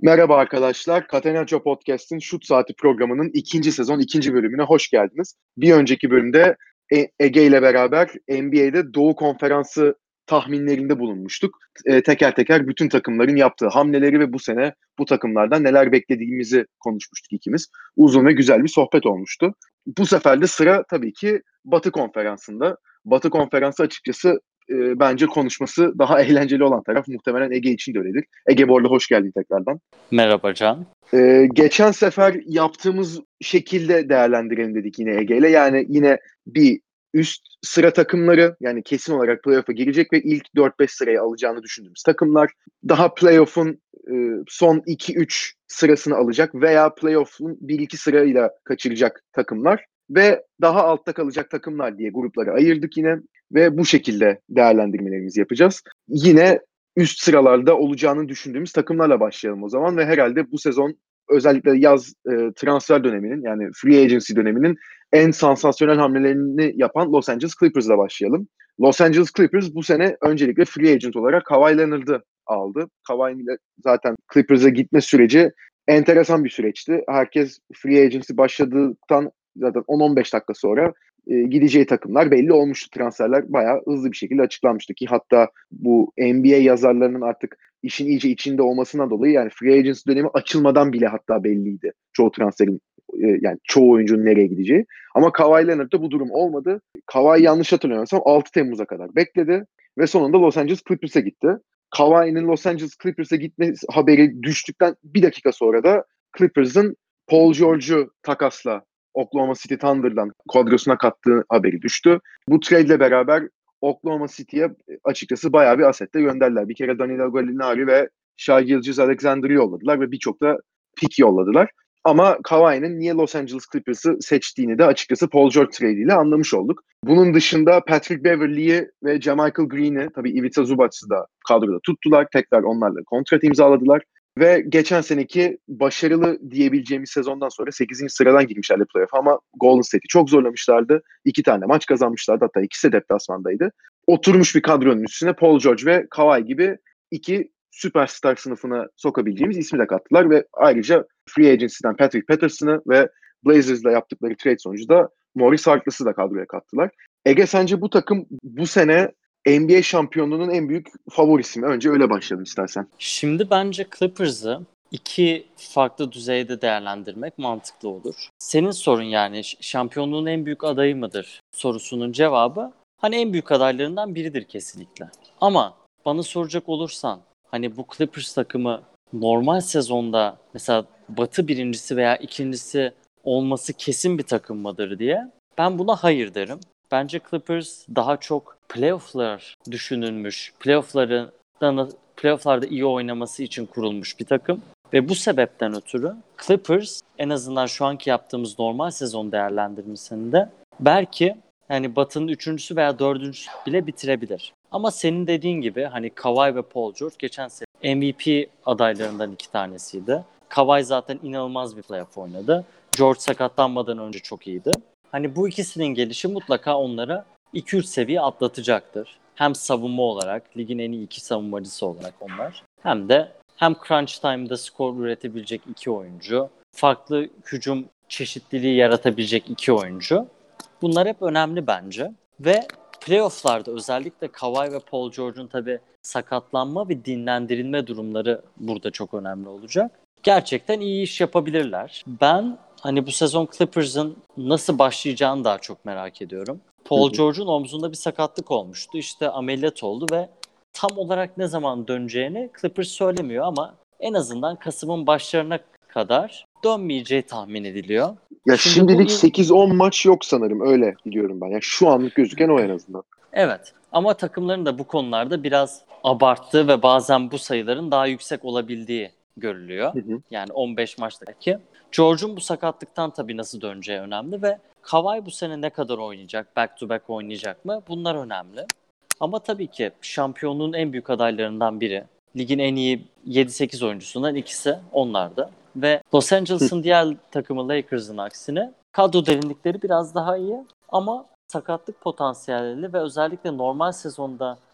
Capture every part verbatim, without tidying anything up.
Merhaba arkadaşlar, Catenaccio Podcast'in Şut Saati programının ikinci sezon ikinci bölümüne hoş geldiniz. Bir önceki bölümde E- Ege ile beraber N B A'de Doğu Konferansı tahminlerinde bulunmuştuk. E, teker teker bütün takımların yaptığı hamleleri ve bu sene bu takımlardan neler beklediğimizi konuşmuştuk ikimiz. Uzun ve güzel bir sohbet olmuştu. Bu sefer de sıra tabii ki Batı Konferansı'nda. Batı Konferansı açıkçası e, bence konuşması daha eğlenceli olan taraf. Muhtemelen Ege için de öyledir. Ege, bu arada hoş geldin tekrardan. Merhaba Can. Ee, geçen sefer yaptığımız şekilde değerlendirelim dedik yine Ege'yle. Yani yine bir üst sıra takımları, yani kesin olarak playoff'a girecek ve ilk dört beş sırayı alacağını düşündüğümüz takımlar. Daha playoff'un e, son iki üç sırasını alacak veya playoff'un bir iki sırayla kaçıracak takımlar. Ve daha altta kalacak takımlar diye grupları ayırdık yine. Ve bu şekilde değerlendirmelerimizi yapacağız. Yine üst sıralarda olacağını düşündüğümüz takımlarla başlayalım o zaman ve herhalde bu sezon özellikle yaz e, transfer döneminin, yani free agency döneminin en sansasyonel hamlelerini yapan Los Angeles Clippers'la başlayalım. Los Angeles Clippers bu sene öncelikle free agent olarak Kawhi Leonard'ı aldı. Kawhi'nin zaten Clippers'a gitme süreci enteresan bir süreçti. Herkes free agency başladıktan zaten on on beş dakika sonra e, gideceği takımlar belli olmuştu. Transferler bayağı hızlı bir şekilde açıklanmıştı ki hatta bu N B A yazarlarının artık işin iyice içinde olmasından dolayı, yani free agency dönemi açılmadan bile hatta belliydi çoğu transferin, e, yani çoğu oyuncunun nereye gideceği. Ama Kawhi Leonard'da bu durum olmadı. Kawhi, yanlış hatırlamıyorsam, altı Temmuz'a kadar bekledi ve sonunda Los Angeles Clippers'a gitti. Kawhi'nin Los Angeles Clippers'a gitme haberi düştükten bir dakika sonra da Clippers'ın Paul George'u takasla Oklahoma City Thunder'dan kadrosuna kattığı haberi düştü. Bu trade'le beraber Oklahoma City'ye açıkçası bayağı bir asetle gönderdiler. Bir kere Danilo Gallinari ve Shai Gilgeous-Alexander'ı yolladılar ve birçok da pick yolladılar. Ama Kawhi'nin niye Los Angeles Clippers'ı seçtiğini de açıkçası Paul George trade ile anlamış olduk. Bunun dışında Patrick Beverley'i ve Jamichael Green'i, tabii Ivica Zubac'ı da kadroda tuttular. Tekrar onlarla kontrat imzaladılar. Ve geçen seneki başarılı diyebileceğimiz sezondan sonra sekizinci sıradan girmişlerdi playoff'a ama Golden State'i çok zorlamışlardı. İki tane maç kazanmışlardı, hatta ikisi de deplasmandaydı. Oturmuş bir kadronun üstüne Paul George ve Kawhi gibi iki süperstar sınıfına sokabileceğimiz ismi de kattılar ve ayrıca free agency'den Patrick Patterson'ı ve Blazers'la yaptıkları trade sonucu da Maurice Harkless'ı da kadroya kattılar. Ege, sence bu takım bu sene N B A şampiyonluğunun en büyük favorisi mi? Önce öyle başlayalım istersen. Şimdi bence Clippers'ı iki farklı düzeyde değerlendirmek mantıklı olur. Senin sorun yani şampiyonluğun en büyük adayı mıdır sorusunun cevabı hani en büyük adaylarından biridir kesinlikle. Ama bana soracak olursan hani bu Clippers takımı normal sezonda mesela Batı birincisi veya ikincisi olması kesin bir takım mıdır diye ben buna hayır derim. Bence Clippers daha çok playoff'lar düşünülmüş, playoff'ların playoff'larda iyi oynaması için kurulmuş bir takım. Ve bu sebepten ötürü Clippers en azından şu anki yaptığımız normal sezon değerlendirmesinde belki yani Batı'nın üçüncüsü veya dördüncüsü bile bitirebilir. Ama senin dediğin gibi hani Kawhi ve Paul George geçen sene M V P adaylarından iki tanesiydi. Kawhi zaten inanılmaz bir playoff oynadı. George sakatlanmadan önce çok iyiydi. Hani bu ikisinin gelişi mutlaka onlara iki üç seviye atlatacaktır. Hem savunma olarak, ligin en iyi iki savunmacısı olarak onlar. Hem de hem crunch time'da skor üretebilecek iki oyuncu, farklı hücum çeşitliliği yaratabilecek iki oyuncu. Bunlar hep önemli bence. Ve playoff'larda özellikle Kawhi ve Paul George'un tabii sakatlanma ve dinlendirilme durumları burada çok önemli olacak. Gerçekten iyi iş yapabilirler. Ben hani bu sezon Clippers'ın nasıl başlayacağını daha çok merak ediyorum. Paul George'un omzunda bir sakatlık olmuştu. İşte ameliyat oldu ve tam olarak ne zaman döneceğini Clippers söylemiyor ama en azından Kasım'ın başlarına kadar dönmeyeceği tahmin ediliyor. Ya Şimdi şimdilik bu... sekiz on maç yok sanırım, öyle biliyorum ben. Yani şu anlık gözüken o en azından. Evet, ama takımların da bu konularda biraz abarttığı ve bazen bu sayıların daha yüksek olabildiği görülüyor. Hı hı. Yani on beş maçtaki. George'un bu sakatlıktan tabii nasıl döneceği önemli ve Kawhi bu sene ne kadar oynayacak, back to back oynayacak mı? Bunlar önemli. Ama tabii ki şampiyonluğun en büyük adaylarından biri. Ligin en iyi yedi sekiz oyuncusundan ikisi onlardı. Ve Los Angeles'ın diğer takımı Lakers'ın aksine kadro derinlikleri biraz daha iyi ama sakatlık potansiyelli ve özellikle normal sezonda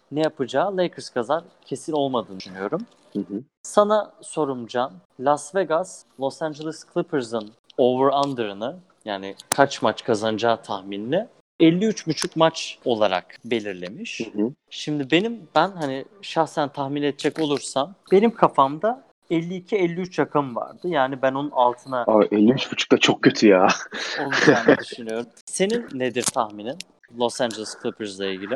ne yapacağı Lakers kadar kesin olmadığını düşünüyorum. Hı hı. Sana sorum Can, Las Vegas, Los Angeles Clippers'ın over-under'ını yani kaç maç kazanacağı tahminini elli üç buçuk maç olarak belirlemiş. Hı hı. Şimdi benim ben hani şahsen tahmin edecek olursam benim kafamda elli iki elli üç rakamı vardı. Yani ben onun altına Abi elli üç buçuk da çok kötü ya. olacağını düşünüyorum. Senin nedir tahminin Los Angeles Clippers'la ilgili?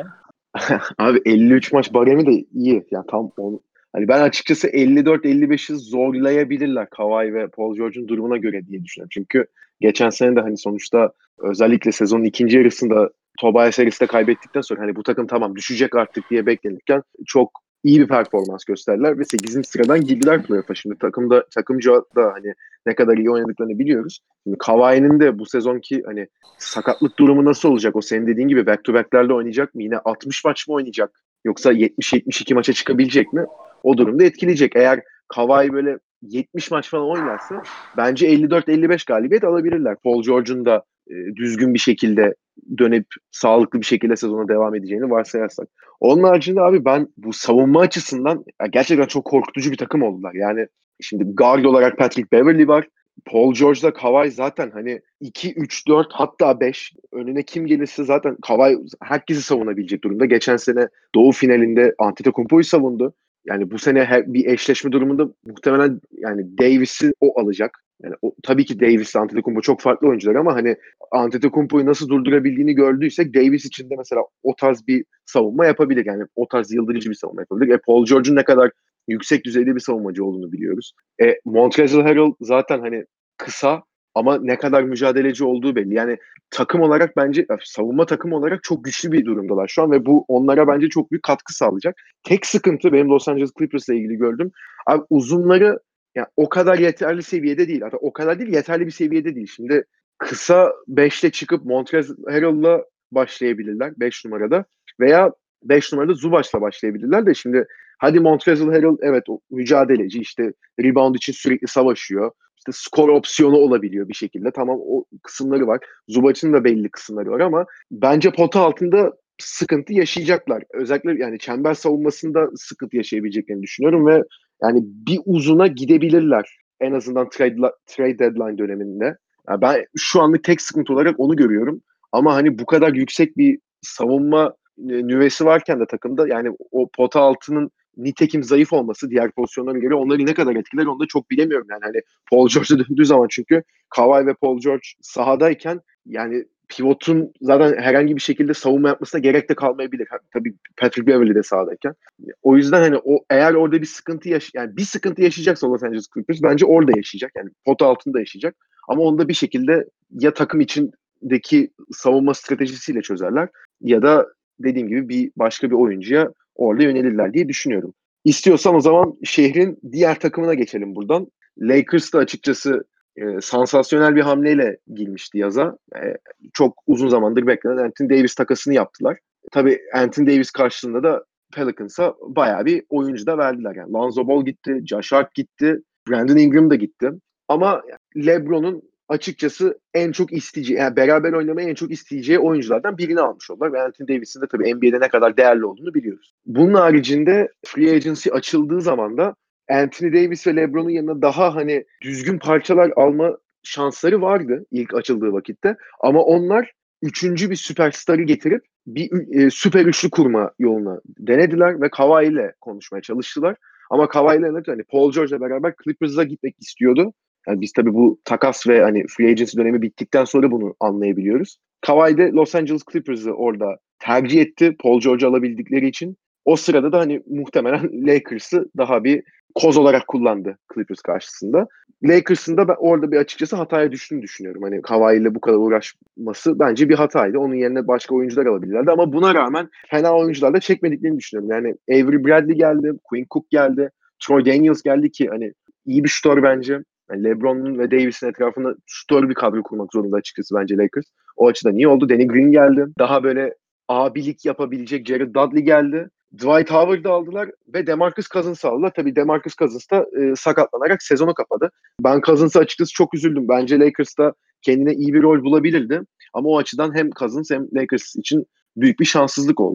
Abi elli üç maç baremi de iyi. Yani tam onu. Hani ben açıkçası elli dört elli beşi zorlayabilirler Kawhi ve Paul George'un durumuna göre diye düşünüyorum. Çünkü geçen sene de hani sonuçta özellikle sezonun ikinci yarısında Tobias Harris'te kaybettikten sonra hani bu takım tamam düşecek artık diye beklenirken çok iyi bir performans gösterdiler ve sekizinci sıradan girdiler playoff'a. Şimdi takımda takımca da hani ne kadar iyi oynadıklarını biliyoruz. Şimdi Kawhi'nin de bu sezonki hani sakatlık durumu nasıl olacak? O senin dediğin gibi back to back'lerle oynayacak mı? Yine altmış maç mı oynayacak? Yoksa yetmiş yetmiş iki maça çıkabilecek mi? O durumda etkileyecek. Eğer Kawhi böyle yetmiş maç falan oynarsa bence elli dört elli beş galibiyet alabilirler. Paul George'un da e, düzgün bir şekilde dönüp sağlıklı bir şekilde sezona devam edeceğini varsayarsak. Onun haricinde abi ben bu savunma açısından ya gerçekten çok korkutucu bir takım oldular. Yani şimdi guard olarak Patrick Beverley var. Paul George'la Kawhi zaten hani iki, üç, dört hatta beş önüne kim gelirse zaten Kawhi herkesi savunabilecek durumda. Geçen sene Doğu finalinde Antetokounmpo'yu savundu. Yani bu sene her, bir eşleşme durumunda muhtemelen yani Davis'i o alacak. Yani o, tabii ki Davis ile Antetokounmpo çok farklı oyuncular ama hani Antetokounmpo'yu nasıl durdurabildiğini gördüysek Davis için de mesela o tarz bir savunma yapabilir. Yani o tarz yıldırıcı bir savunma yapabilir. E, Paul George'un ne kadar yüksek düzeyde bir savunmacı olduğunu biliyoruz. E, Montrezl Harrell zaten hani kısa ama ne kadar mücadeleci olduğu belli. Yani takım olarak bence savunma takımı olarak çok güçlü bir durumdalar şu an ve bu onlara bence çok büyük katkı sağlayacak. Tek sıkıntı benim Los Angeles Clippers'la ilgili gördüm. Abi uzunları yani o kadar yeterli seviyede değil. Hatta o kadar değil yeterli bir seviyede değil. Şimdi kısa beşte çıkıp Montrezl Harrell'la başlayabilirler beş numarada veya beş numarada Zubac'la başlayabilirler de şimdi hadi Montrezl Harrell evet o mücadeleci işte rebound için sürekli savaşıyor. İşte skor opsiyonu olabiliyor bir şekilde. Tamam o kısımları var. Zubac'ın da belli kısımları var ama bence pota altında sıkıntı yaşayacaklar. Özellikle yani çember savunmasında sıkıntı yaşayabileceklerini düşünüyorum ve yani bir uzuna gidebilirler. En azından trade, trade deadline döneminde. Yani ben şu anlık tek sıkıntı olarak onu görüyorum. Ama hani bu kadar yüksek bir savunma e, nüvesi varken de takımda yani o pota altının nitekim zayıf olması diğer pozisyonlara göre onları ne kadar etkiler onu da çok bilemiyorum. Yani hani Paul George'a döndüğü zaman çünkü Kawhi ve Paul George sahadayken yani pivotun zaten herhangi bir şekilde savunma yapmasına gerek de kalmayabilir. Tabii Patrick Beverley de sahadayken. O yüzden hani o eğer orada bir sıkıntı yaş yani bir sıkıntı yaşayacaksa Los Angeles Clippers bence orada yaşayacak. Yani pota altında yaşayacak. Ama onu da bir şekilde ya takım içindeki savunma stratejisiyle çözerler ya da dediğim gibi bir başka bir oyuncuya orada yönelirler diye düşünüyorum. İstiyorsan o zaman şehrin diğer takımına geçelim buradan. Lakers da açıkçası e, sansasyonel bir hamleyle girmişti yaza. E, çok uzun zamandır beklenen Anthony Davis takasını yaptılar. Tabii Anthony Davis karşılığında da Pelicans'a bayağı bir oyuncu da verdiler. Yani Lonzo Ball gitti, Josh Hart gitti, Brandon Ingram da gitti. Ama LeBron'un açıkçası en çok isteyeceği, yani beraber oynamayı en çok isteyeceği oyunculardan birini almış oldular. Ve Anthony Davis'in de tabii N B A'de ne kadar değerli olduğunu biliyoruz. Bunun haricinde free agency açıldığı zaman da Anthony Davis ve LeBron'un yanına daha hani düzgün parçalar alma şansları vardı ilk açıldığı vakitte. Ama onlar üçüncü bir süperstarı getirip bir e, süper üçlü kurma yoluna denediler ve Kawhi ile konuşmaya çalıştılar. Ama Kawhi Leonard hani Paul George'la beraber Clippers'a gitmek istiyordu. Yani biz tabii bu takas ve hani free agency dönemi bittikten sonra bunu anlayabiliyoruz. Kawhi de Los Angeles Clippers'ı orada tercih etti Paul George'u alabildikleri için. O sırada da hani muhtemelen Lakers'ı daha bir koz olarak kullandı Clippers karşısında. Lakers'ın da ben orada bir açıkçası hataya düştüğünü düşünüyorum. Hani Kawhi ile bu kadar uğraşması bence bir hataydı. Onun yerine başka oyuncular alabilirlerdi ama buna rağmen fena oyuncular da çekmediklerini düşünüyorum. Yani Avery Bradley geldi, Quinn Cook geldi, Troy Daniels geldi ki hani iyi bir şutör bence. Yani LeBron'un ve Davis'in etrafında şutör bir kadro kurmak zorunda açıkçası bence Lakers. O açıdan iyi oldu. Danny Green geldi. Daha böyle abilik yapabilecek Jared Dudley geldi. Dwight Howard'ı aldılar ve DeMarcus Cousins'ı aldılar. Tabii DeMarcus Cousins da e, sakatlanarak sezonu kapadı. Ben Cousins'a açıkçası çok üzüldüm. Bence Lakers'ta kendine iyi bir rol bulabilirdi. Ama o açıdan hem Cousins hem Lakers için büyük bir şanssızlık oldu.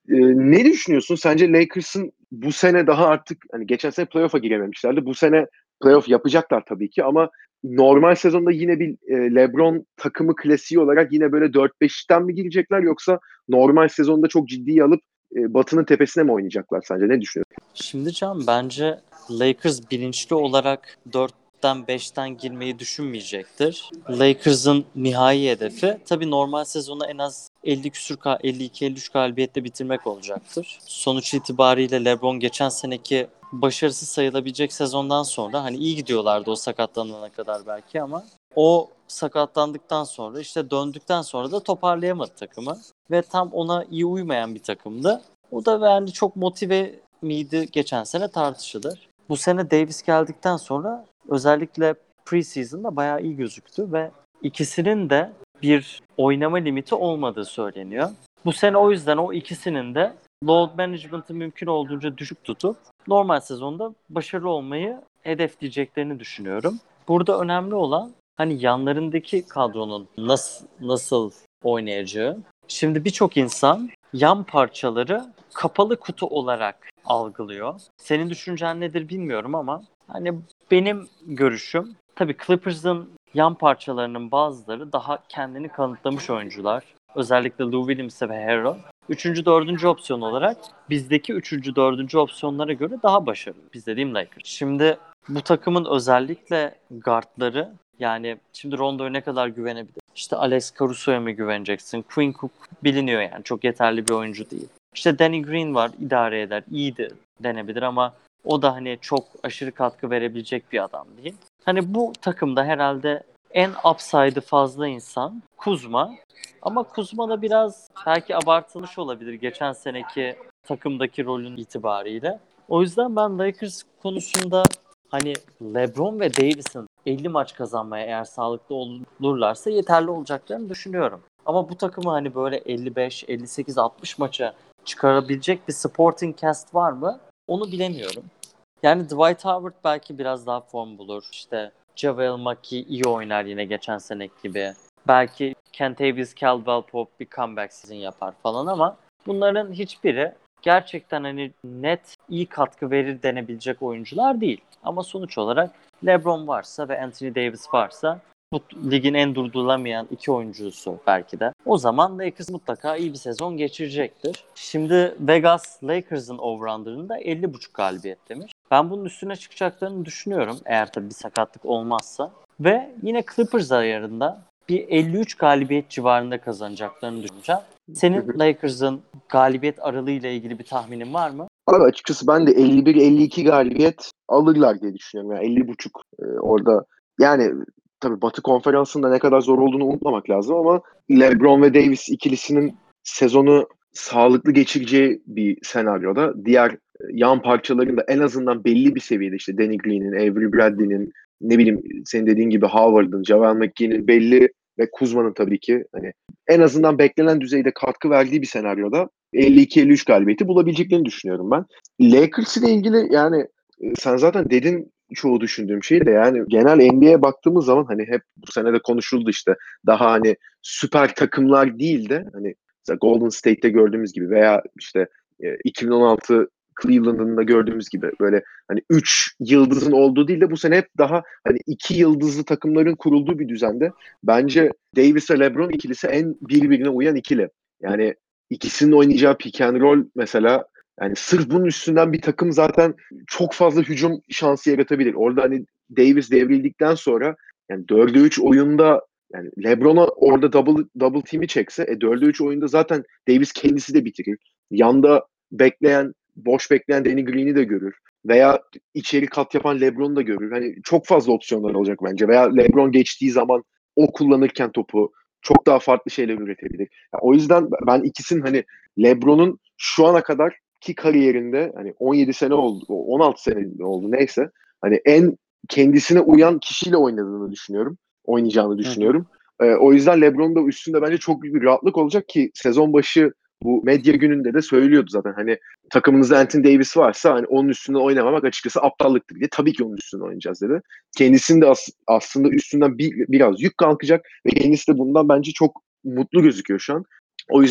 Ee, ne düşünüyorsun? Sence Lakers'ın bu sene daha artık hani geçen sene playoff'a girememişlerdi. Bu sene playoff yapacaklar tabii ki ama normal sezonda yine bir e, LeBron takımı klasiği olarak yine böyle dört beşten mi girecekler yoksa normal sezonda çok ciddiye alıp e, Batı'nın tepesine mi oynayacaklar sence? Ne düşünüyorsun? Şimdi Can, bence Lakers bilinçli olarak dörtten beşten girmeyi düşünmeyecektir. Lakers'ın nihai hedefi tabii normal sezonu en az elli küsür elli iki elli üç galibiyetle bitirmek olacaktır. Sonuç itibariyle LeBron geçen seneki başarısız sayılabilecek sezondan sonra hani iyi gidiyorlardı o sakatlanana kadar belki ama o sakatlandıktan sonra işte döndükten sonra da toparlayamadı takımı ve tam ona iyi uymayan bir takımdı. O da yani çok motive miydi geçen sene tartışılır. Bu sene Davis geldikten sonra özellikle preseason'da bayağı iyi gözüktü ve ikisinin de bir oynama limiti olmadığı söyleniyor. Bu sene o yüzden o ikisinin de load management'ı mümkün olduğunca düşük tutup normal sezonda başarılı olmayı hedefleyeceklerini düşünüyorum. Burada önemli olan hani yanlarındaki kadronun nasıl nasıl oynayacağı. Şimdi birçok insan yan parçaları kapalı kutu olarak algılıyor. Senin düşüncen nedir bilmiyorum ama hani benim görüşüm tabii Clippers'ın yan parçalarının bazıları daha kendini kanıtlamış oyuncular. Özellikle Lou Williams ve Harrell. Üçüncü, dördüncü opsiyon olarak bizdeki üçüncü, dördüncü opsiyonlara göre daha başarılı. Biz dediğim Lakers. Şimdi bu takımın özellikle guardları yani şimdi Rondo'ya ne kadar güvenebilir? İşte Alex Caruso'ya mı güveneceksin? Quinn Cook biliniyor yani çok yeterli bir oyuncu değil. İşte Danny Green var idare eder. İyiydi denebilir ama o da hani çok aşırı katkı verebilecek bir adam değil. Hani bu takımda herhalde en upside'ı fazla insan Kuzma. Ama Kuzma da biraz belki abartılmış olabilir geçen seneki takımdaki rolün itibariyle. O yüzden ben Lakers konusunda hani LeBron ve Davis'in elli maç kazanmaya eğer sağlıklı olurlarsa yeterli olacaklarını düşünüyorum. Ama bu takımı hani böyle elli beş, elli sekiz, altmış maça çıkarabilecek bir supporting cast var mı? Onu bilemiyorum. Yani Dwight Howard belki biraz daha form bulur. İşte JaVale McGee iyi oynar yine geçen seneki gibi. Belki Kentavious Caldwell-Pope bir comeback season yapar falan ama bunların hiçbiri gerçekten hani net iyi katkı verir denebilecek oyuncular değil. Ama sonuç olarak LeBron varsa ve Anthony Davis varsa bu ligin en durdurulamayan iki oyuncusu belki de. O zaman Lakers mutlaka iyi bir sezon geçirecektir. Şimdi Vegas Lakers'ın over-under'ında elli buçuk galibiyet demiş. Ben bunun üstüne çıkacaklarını düşünüyorum eğer tabii bir sakatlık olmazsa. Ve yine Clippers ayarında bir elli üç galibiyet civarında kazanacaklarını düşüneceğim. Senin Lakers'ın galibiyet aralığıyla ilgili bir tahminin var mı? Abi açıkçası ben de elli bir elli iki galibiyet alırlar diye düşünüyorum. Yani elli buçuk e, orada yani tabii Batı Konferansı'nda ne kadar zor olduğunu unutmamak lazım ama LeBron ve Davis ikilisinin sezonu sağlıklı geçireceği bir senaryoda diğer e, yan parçaların da en azından belli bir seviyede işte Danny Green'in, Avery Bradley'nin ne bileyim senin dediğin gibi Howard'ın, JaVale McGee'nin belli ve Kuzma'nın tabii ki hani en azından beklenen düzeyde katkı verdiği bir senaryoda elli iki elli üç galibiyeti bulabileceklerini düşünüyorum ben. Lakers ile ilgili yani e, sen zaten dedin çoğu düşündüğüm şey de yani genel N B A'ye baktığımız zaman hani hep bu sene de konuşuldu işte daha hani süper takımlar değil de hani mesela Golden State'te gördüğümüz gibi veya işte e, iki bin on altı Cleveland'ın da gördüğümüz gibi böyle hani üç yıldızın olduğu değil de bu sene hep daha hani iki yıldızlı takımların kurulduğu bir düzende bence Davis ve LeBron ikilisi en birbirine uyan ikili. Yani ikisinin oynayacağı pick and roll mesela yani sırf bunun üstünden bir takım zaten çok fazla hücum şansı yaratabilir. Orada hani Davis devrildikten sonra yani dörde üç oyunda yani LeBron'a orada double double team'i çekse e dörde üç oyunda zaten Davis kendisi de bitirir. Yanda bekleyen, boş bekleyen Danny Green'i de görür. Veya içeri kat yapan LeBron'u da görür. Hani çok fazla opsiyonlar olacak bence. Veya LeBron geçtiği zaman o kullanırken topu çok daha farklı şeyler üretebilir. Yani o yüzden ben ikisinin hani LeBron'un şu ana kadar ki kariyerinde hani on yedi sene oldu, on altı sene oldu neyse. Hani en kendisine uyan kişiyle oynadığını düşünüyorum. Oynayacağını Hı hı. düşünüyorum. Ee, o yüzden LeBron'un da üstünde bence çok büyük bir rahatlık olacak ki sezon başı bu medya gününde de söylüyordu zaten hani takımınızda Anthony Davis varsa hani onun üstünde oynamamak açıkçası aptallıktır diye. Tabii ki onun üstünde oynayacağız dedi. Kendisinin de as- aslında üstünden bir, biraz yük kalkacak ve kendisi de bundan bence çok mutlu gözüküyor şu an. O yüzden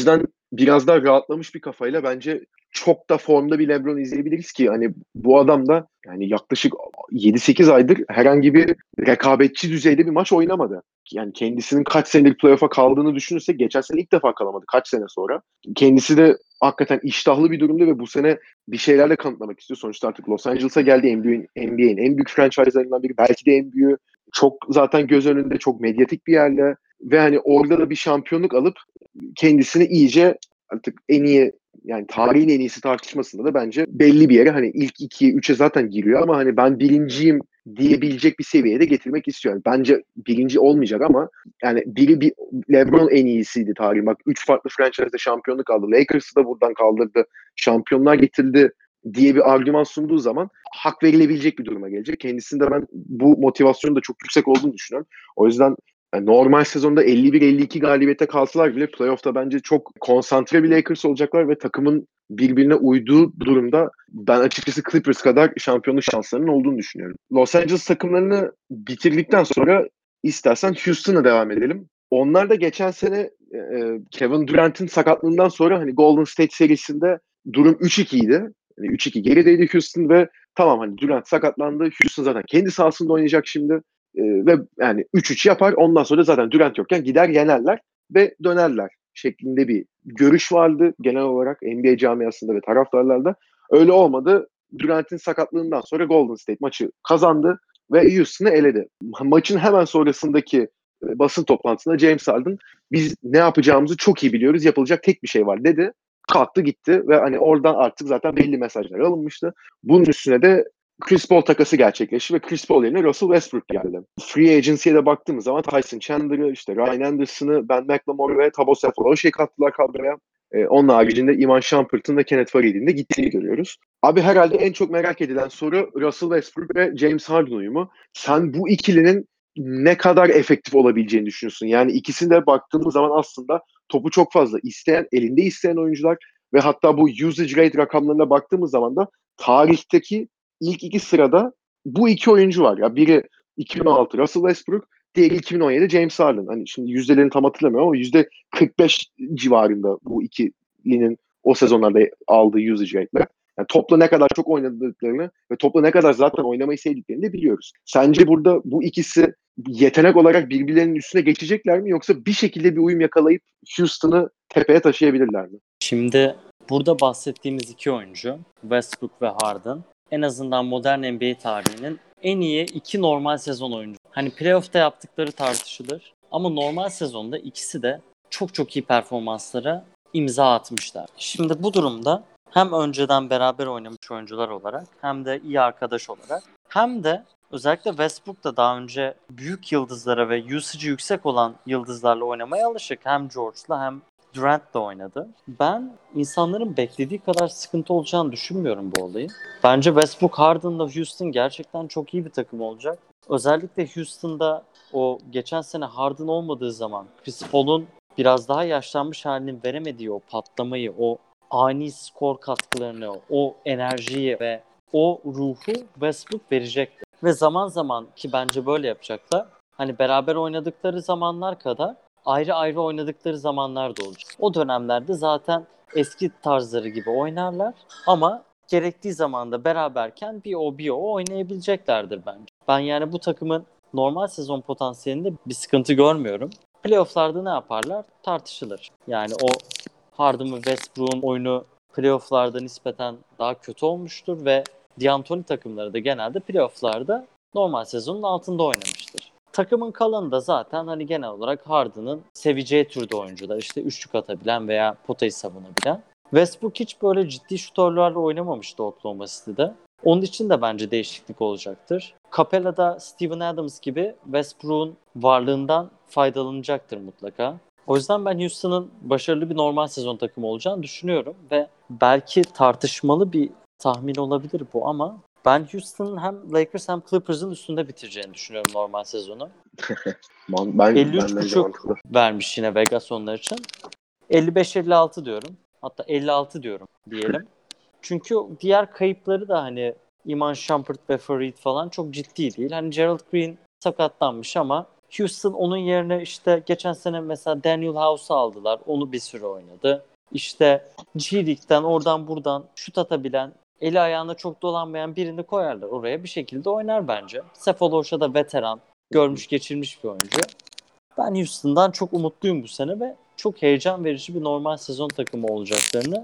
biraz daha rahatlamış bir kafayla bence çok da formda bir LeBron izleyebiliriz ki hani bu adam da yani yaklaşık yedi sekiz aydır herhangi bir rekabetçi düzeyde bir maç oynamadı. Yani kendisinin kaç senedir playoff'a kaldığını düşünürsek geçen sene ilk defa kalamadı kaç sene sonra. Kendisi de hakikaten iştahlı bir durumda ve bu sene bir şeylerle kanıtlamak istiyor. Sonuçta artık Los Angeles'a geldi, N B A'in, N B A'in en büyük franchise'larından biri. Belki de en büyüğü. Çok zaten göz önünde, çok medyatik bir yerle ve hani orada da bir şampiyonluk alıp kendisini iyice artık en iyi yani tarihin en iyisi tartışmasında da bence belli bir yere hani ilk ikiye üçe zaten giriyor ama hani ben birinciyim diyebilecek bir seviyeye de getirmek istiyorum. Bence birinci olmayacak ama yani biri bir LeBron en iyisiydi tarihin. Bak üç farklı franchise'de şampiyonluk aldı. Lakers'ı da buradan kaldırdı. Şampiyonlar getirdi diye bir argüman sunduğu zaman hak verilebilecek bir duruma gelecek. Kendisinde ben bu motivasyonun da çok yüksek olduğunu düşünüyorum. O yüzden yani normal sezonda elli bir elli iki galibiyete kalsalar bile playoff'ta bence çok konsantre bir Lakers olacaklar ve takımın birbirine uyduğu durumda ben açıkçası Clippers kadar şampiyonluk şanslarının olduğunu düşünüyorum. Los Angeles takımlarını bitirdikten sonra istersen Houston'a devam edelim. Onlar da geçen sene e, Kevin Durant'in sakatlığından sonra hani Golden State serisinde durum üç iki idi. Yani üç iki gerideydi Houston ve tamam hani Durant sakatlandı. Houston zaten kendi sahasında oynayacak şimdi. Ee, ve yani üç üç yapar. Ondan sonra zaten Durant yokken gider yenerler ve dönerler şeklinde bir görüş vardı genel olarak N B A camiasında ve taraftarlarda. Öyle olmadı. Durant'in sakatlığından sonra Golden State maçı kazandı ve Houston'ı eledi. Maçın hemen sonrasındaki e, basın toplantısında James Harden biz ne yapacağımızı çok iyi biliyoruz. Yapılacak tek bir şey var dedi. Kalktı gitti ve hani oradan artık zaten belli mesajlar alınmıştı. Bunun üstüne de Chris Paul takası gerçekleşti ve Chris Paul yerine Russell Westbrook geldi. Free Agency'ye de baktığımız zaman Tyson Chandler'ı, işte Ryan Anderson'ı, Ben McLemore ve Thabo Sefolos'u kattılar kadroya. Ee, onun haricinde Iman Shumpert'ın ve Kenneth Faried'in de gittiğini görüyoruz. Abi herhalde en çok merak edilen soru Russell Westbrook ve James Harden uyumu. Sen bu ikilinin ne kadar efektif olabileceğini düşünüyorsun? Yani ikisine de baktığımız zaman aslında topu çok fazla isteyen, elinde isteyen oyuncular ve hatta bu usage rate rakamlarına baktığımız zaman da tarihteki ilk iki sırada bu iki oyuncu var. Ya biri iki bin on altı Russell Westbrook, diğeri iki bin on yedi James Harden. Hani şimdi yüzdelerini tam hatırlamıyorum ama yüzde kırk beş civarında bu ikilinin o sezonlarda aldığı usage rate'ler. Yani topla ne kadar çok oynadıklarını ve topla ne kadar zaten oynamayı sevdiklerini de biliyoruz. Sence burada bu ikisi yetenek olarak birbirlerinin üstüne geçecekler mi yoksa bir şekilde bir uyum yakalayıp Houston'ı tepeye taşıyabilirler mi? Şimdi burada bahsettiğimiz iki oyuncu Westbrook ve Harden en azından modern N B A tarihinin en iyi iki normal sezon oyuncu. Hani playoff'ta yaptıkları tartışılır ama normal sezonda ikisi de çok çok iyi performanslara imza atmışlar. Şimdi bu durumda hem önceden beraber oynamış oyuncular olarak hem de iyi arkadaş olarak hem de özellikle Westbrook da daha önce büyük yıldızlara ve usage'ı yüksek olan yıldızlarla oynamaya alışık. Hem George'la hem Durant da oynadı. Ben insanların beklediği kadar sıkıntı olacağını düşünmüyorum bu olayın. Bence Westbrook, Harden'la Houston gerçekten çok iyi bir takım olacak. Özellikle Houston'da o geçen sene Harden olmadığı zaman Chris Paul'un biraz daha yaşlanmış halinin veremediği o patlamayı, o ani skor katkılarını, o enerjiyi ve o ruhu Westbrook verecekti. Ve zaman zaman ki bence böyle yapacaklar. Hani beraber oynadıkları zamanlar kadar ayrı ayrı oynadıkları zamanlar da olacak. O dönemlerde zaten eski tarzları gibi oynarlar ama gerektiği zamanda beraberken bir o bir o oynayabileceklerdir bence. Ben yani bu takımın normal sezon potansiyelinde bir sıkıntı görmüyorum. Playoff'larda ne yaparlar? Tartışılır. Yani o Harden ve Westbrook'un oyunu playoff'larda nispeten daha kötü olmuştur ve D'Antoni takımları da genelde playoff'larda normal sezonun altında oynamıştır. Takımın kalanı da zaten hani genel olarak Harden'ın seveceği türde oyuncular. İşte üçlük atabilen veya potayı savunabilen. Westbrook hiç böyle ciddi şutörlerle oynamamıştı Oklahoma City'de. Onun için de bence değişiklik olacaktır. Capella'da Steven Adams gibi Westbrook'un varlığından faydalanacaktır mutlaka. O yüzden ben Houston'ın başarılı bir normal sezon takımı olacağını düşünüyorum ve belki tartışmalı bir tahmin olabilir bu ama ben Houston'ın hem Lakers hem Clippers'ın üstünde bitireceğini düşünüyorum normal sezonu. Man, ben elli üç bence buçuk mantıklı. vermiş yine Vegas onlar için. elli beş elli altı diyorum. Hatta elli altı diyorum diyelim. Çünkü diğer kayıpları da hani Iman Shumpert ve Farid falan çok ciddi değil. Hani Gerald Green sakatlanmış ama Houston onun yerine işte geçen sene mesela Daniel House'u aldılar. Onu bir süre oynadı. İşte G League'den oradan buradan şut atabilen, eli ayağına çok dolanmayan birini koyarlar oraya, bir şekilde oynar bence. Sefolosha da veteran, görmüş geçirmiş bir oyuncu. Ben Houston'dan çok umutluyum bu sene ve çok heyecan verici bir normal sezon takımı olacaklarını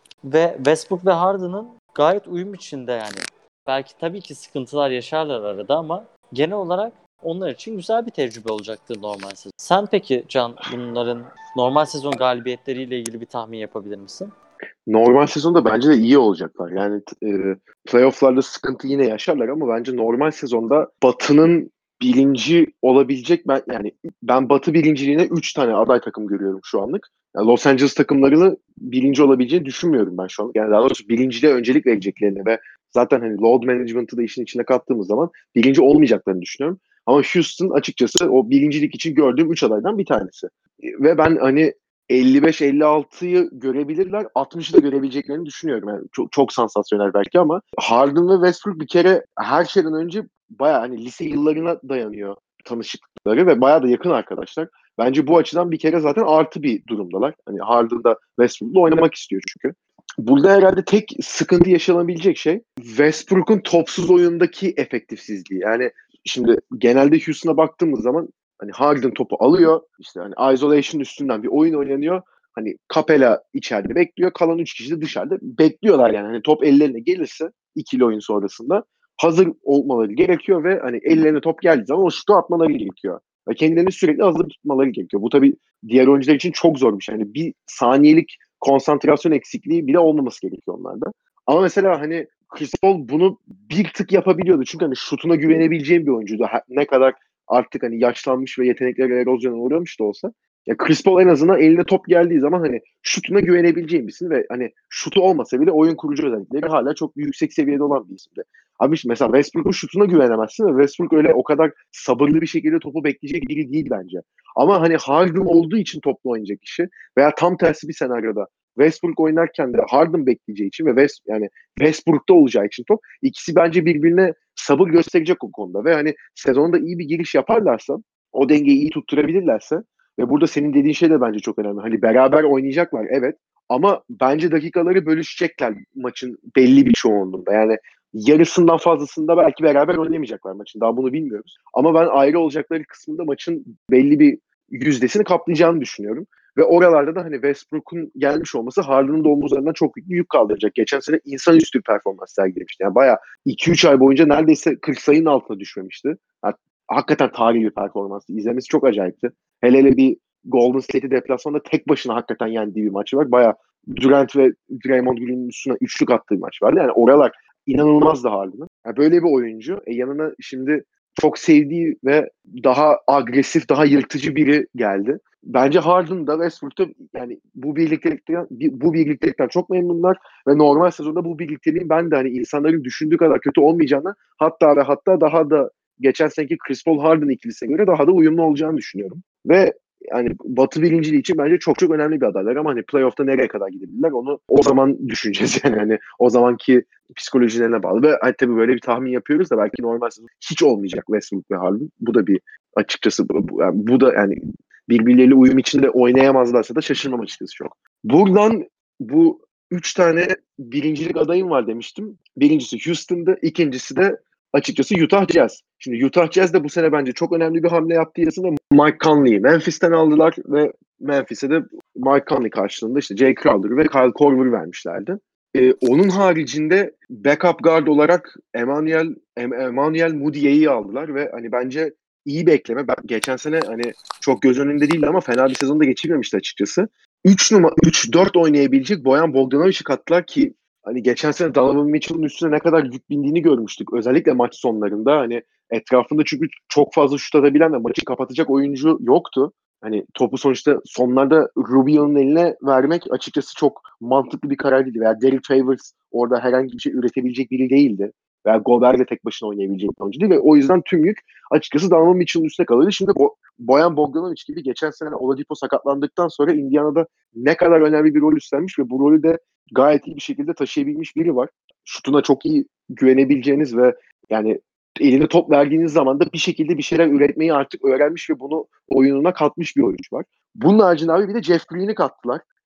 ve Westbrook ve Harden'ın gayet uyum içinde yani. Belki tabii ki sıkıntılar yaşarlar arada ama genel olarak onlar için güzel bir tecrübe olacaktır normal sezon. Sen peki Can, bunların normal sezon galibiyetleriyle ilgili bir tahmin yapabilir misin? Normal sezonda bence de iyi olacaklar. Yani e, playoff'larda sıkıntı yine yaşarlar ama bence normal sezonda Batı'nın birinci olabilecek, ben yani ben Batı birinciliğine üç tane aday takım görüyorum şu anlık. Yani Los Angeles takımlarını birinci olabileceğini düşünmüyorum ben şu an. Yani daha doğrusu birinciliğe öncelik vereceklerini ve zaten hani load management'ı da işin içine kattığımız zaman birinci olmayacaklarını düşünüyorum. Ama Houston açıkçası o birincilik için gördüğüm üç adaydan bir tanesi. Ve ben hani elli beş elli altıyı görebilirler. altmışı da görebileceklerini düşünüyorum. Yani çok, çok sansasyonel belki ama Harden ve Westbrook bir kere her şeyden önce bayağı hani lise yıllarına dayanıyor tanışıklıkları ve bayağı da yakın arkadaşlar. Bence bu açıdan bir kere zaten artı bir durumdalar. Hani Harden da Westbrook'la oynamak istiyor çünkü. Burada herhalde tek sıkıntı yaşanabilecek şey Westbrook'un topsuz oyundaki efektifsizliği. Yani şimdi genelde Houston'a baktığımız zaman hani Harden topu alıyor. İşte hani isolation üstünden bir oyun oynanıyor. Hani Capela içeride bekliyor. Kalan üç kişi de dışarıda bekliyorlar yani. Hani top ellerine gelirse ikili oyun sonrasında hazır olmaları gerekiyor ve hani ellerine top geldiği zaman o şutu atmaları gerekiyor. Ve kendilerini sürekli hazır tutmaları gerekiyor. Bu tabii diğer oyuncular için çok zor bir şey. Yani bir saniyelik konsantrasyon eksikliği bile olmaması gerekiyor onlarda. Ama mesela hani Chris Paul bunu bir tık yapabiliyordu. Çünkü hani şutuna güvenebileceğim bir oyuncuydu. Ne kadar artık hani yaşlanmış ve yetenekleri erozyona uğramış da olsa. Ya Chris Paul en azından eline top geldiği zaman hani şutuna güvenebileceğim bir isim ve hani şutu olmasa bile oyun kurucu özellikleri hala çok yüksek seviyede olan bir isimdi. Abi işte mesela Westbrook'un şutuna güvenemezsin ve Westbrook öyle o kadar sabırlı bir şekilde topu bekleyecek biri değil bence. Ama hani Harden olduğu için toplu oynayacak kişi veya tam tersi bir senaryoda Westbrook oynarken de Harden bekleyeceği için ve West, yani Westbrook'ta olacağı için top ikisi bence birbirine sabır gösterecek o konuda ve hani sezonda iyi bir giriş yaparlarsa, o dengeyi iyi tutturabilirlerse ve burada senin dediğin şey de bence çok önemli. Hani beraber oynayacaklar evet ama bence dakikaları bölüşecekler maçın belli bir çoğunluğunda. Yani yarısından fazlasında belki beraber oynayamayacaklar maçın. Daha bunu bilmiyoruz. Ama ben ayrı olacakları kısmında maçın belli bir yüzdesini kaplayacağını düşünüyorum. Ve oralarda da hani Westbrook'un gelmiş olması Harden'ın da omuzlarından çok büyük bir yük kaldıracak. Geçen sene insanüstü bir performans sergilemişti. Yani bayağı iki üç ay boyunca neredeyse kırk sayının altına düşmemişti. Yani hakikaten tarihi bir performanstı. İzlemesi çok acayipti. Hele hele bir Golden State'i deplasmanda tek başına hakikaten yendiği bir maçı var. Bayağı Durant ve Draymond Green'in üstüne üçlük attığı bir maç vardı. Yani oralar inanılmazdı Harden'ın. Yani böyle bir oyuncu. E yanına şimdi çok sevdiği ve daha agresif, daha yırtıcı biri geldi. Bence Harden da Westbrook da yani bu birliktelikten bu birliktelikten çok memnunlar ve normal sezonda bu birlikteliğin ben de hani insanların düşündüğü kadar kötü olmayacağını, hatta ve hatta daha da geçen seneki Chris Paul Harden ikilisine göre daha da uyumlu olacağını düşünüyorum. Ve yani Batı birinciliği için bence çok çok önemli bir adaylar ama hani playoff'ta nereye kadar gidebilirler onu o zaman düşüneceğiz yani hani o zamanki psikolojilerine bağlı ve hani tabii böyle bir tahmin yapıyoruz da belki normal sezon hiç olmayacak Westbrook ve Harden. Bu da bir açıkçası bu, yani bu da yani birbirleriyle uyum içinde oynayamazlarsa da şaşırmam açıkçası çok. Buradan bu üç tane birincilik adayım var demiştim. Birincisi Houston'da, ikincisi de açıkçası Utah Jazz. Şimdi Utah Jazz de bu sene bence çok önemli bir hamle yaptı aslında. Mike Conley'i Memphis'ten aldılar ve Memphis'e de Mike Conley karşılığında işte Jay Crowder ve Kyle Korver vermişlerdi. Ee, onun haricinde backup guard olarak Emmanuel Emmanuel Mudiay'i aldılar ve hani bence iyi bekleme. Ben geçen sene hani çok göz önünde değildi ama fena bir sezon da geçirmemişti açıkçası. üç numara üç dört oynayabilecek Bojan Bogdanovic'i kattılar ki hani geçen sene Donovan Mitchell'ın üstüne ne kadar yük bindiğini görmüştük. Özellikle maç sonlarında hani etrafında çünkü çok fazla şut atabilen ve maçı kapatacak oyuncu yoktu. Hani topu sonuçta sonlarda Rubio'nun eline vermek açıkçası çok mantıklı bir karar değildi. Veya Derek Favors orada herhangi bir şey üretebilecek biri değildi. Veya Gobert de tek başına oynayabilecek bir oyuncu değil ve o yüzden tüm yük açıkçası Donovan Mitchell'ın üstüne kalıyordu. Şimdi Bo- Bojan Bogdanovic gibi geçen sene Oladipo sakatlandıktan sonra Indiana'da ne kadar önemli bir rol üstlenmiş ve bu rolü de gayet iyi bir şekilde taşıyabilmiş biri var. Şutuna çok iyi güvenebileceğiniz ve yani eline top verdiğiniz zaman da bir şekilde bir şeyler üretmeyi artık öğrenmiş ve bunu oyununa katmış bir oyuncu var. Bunun haricinde abi bir de Jeff Green'i kattılar.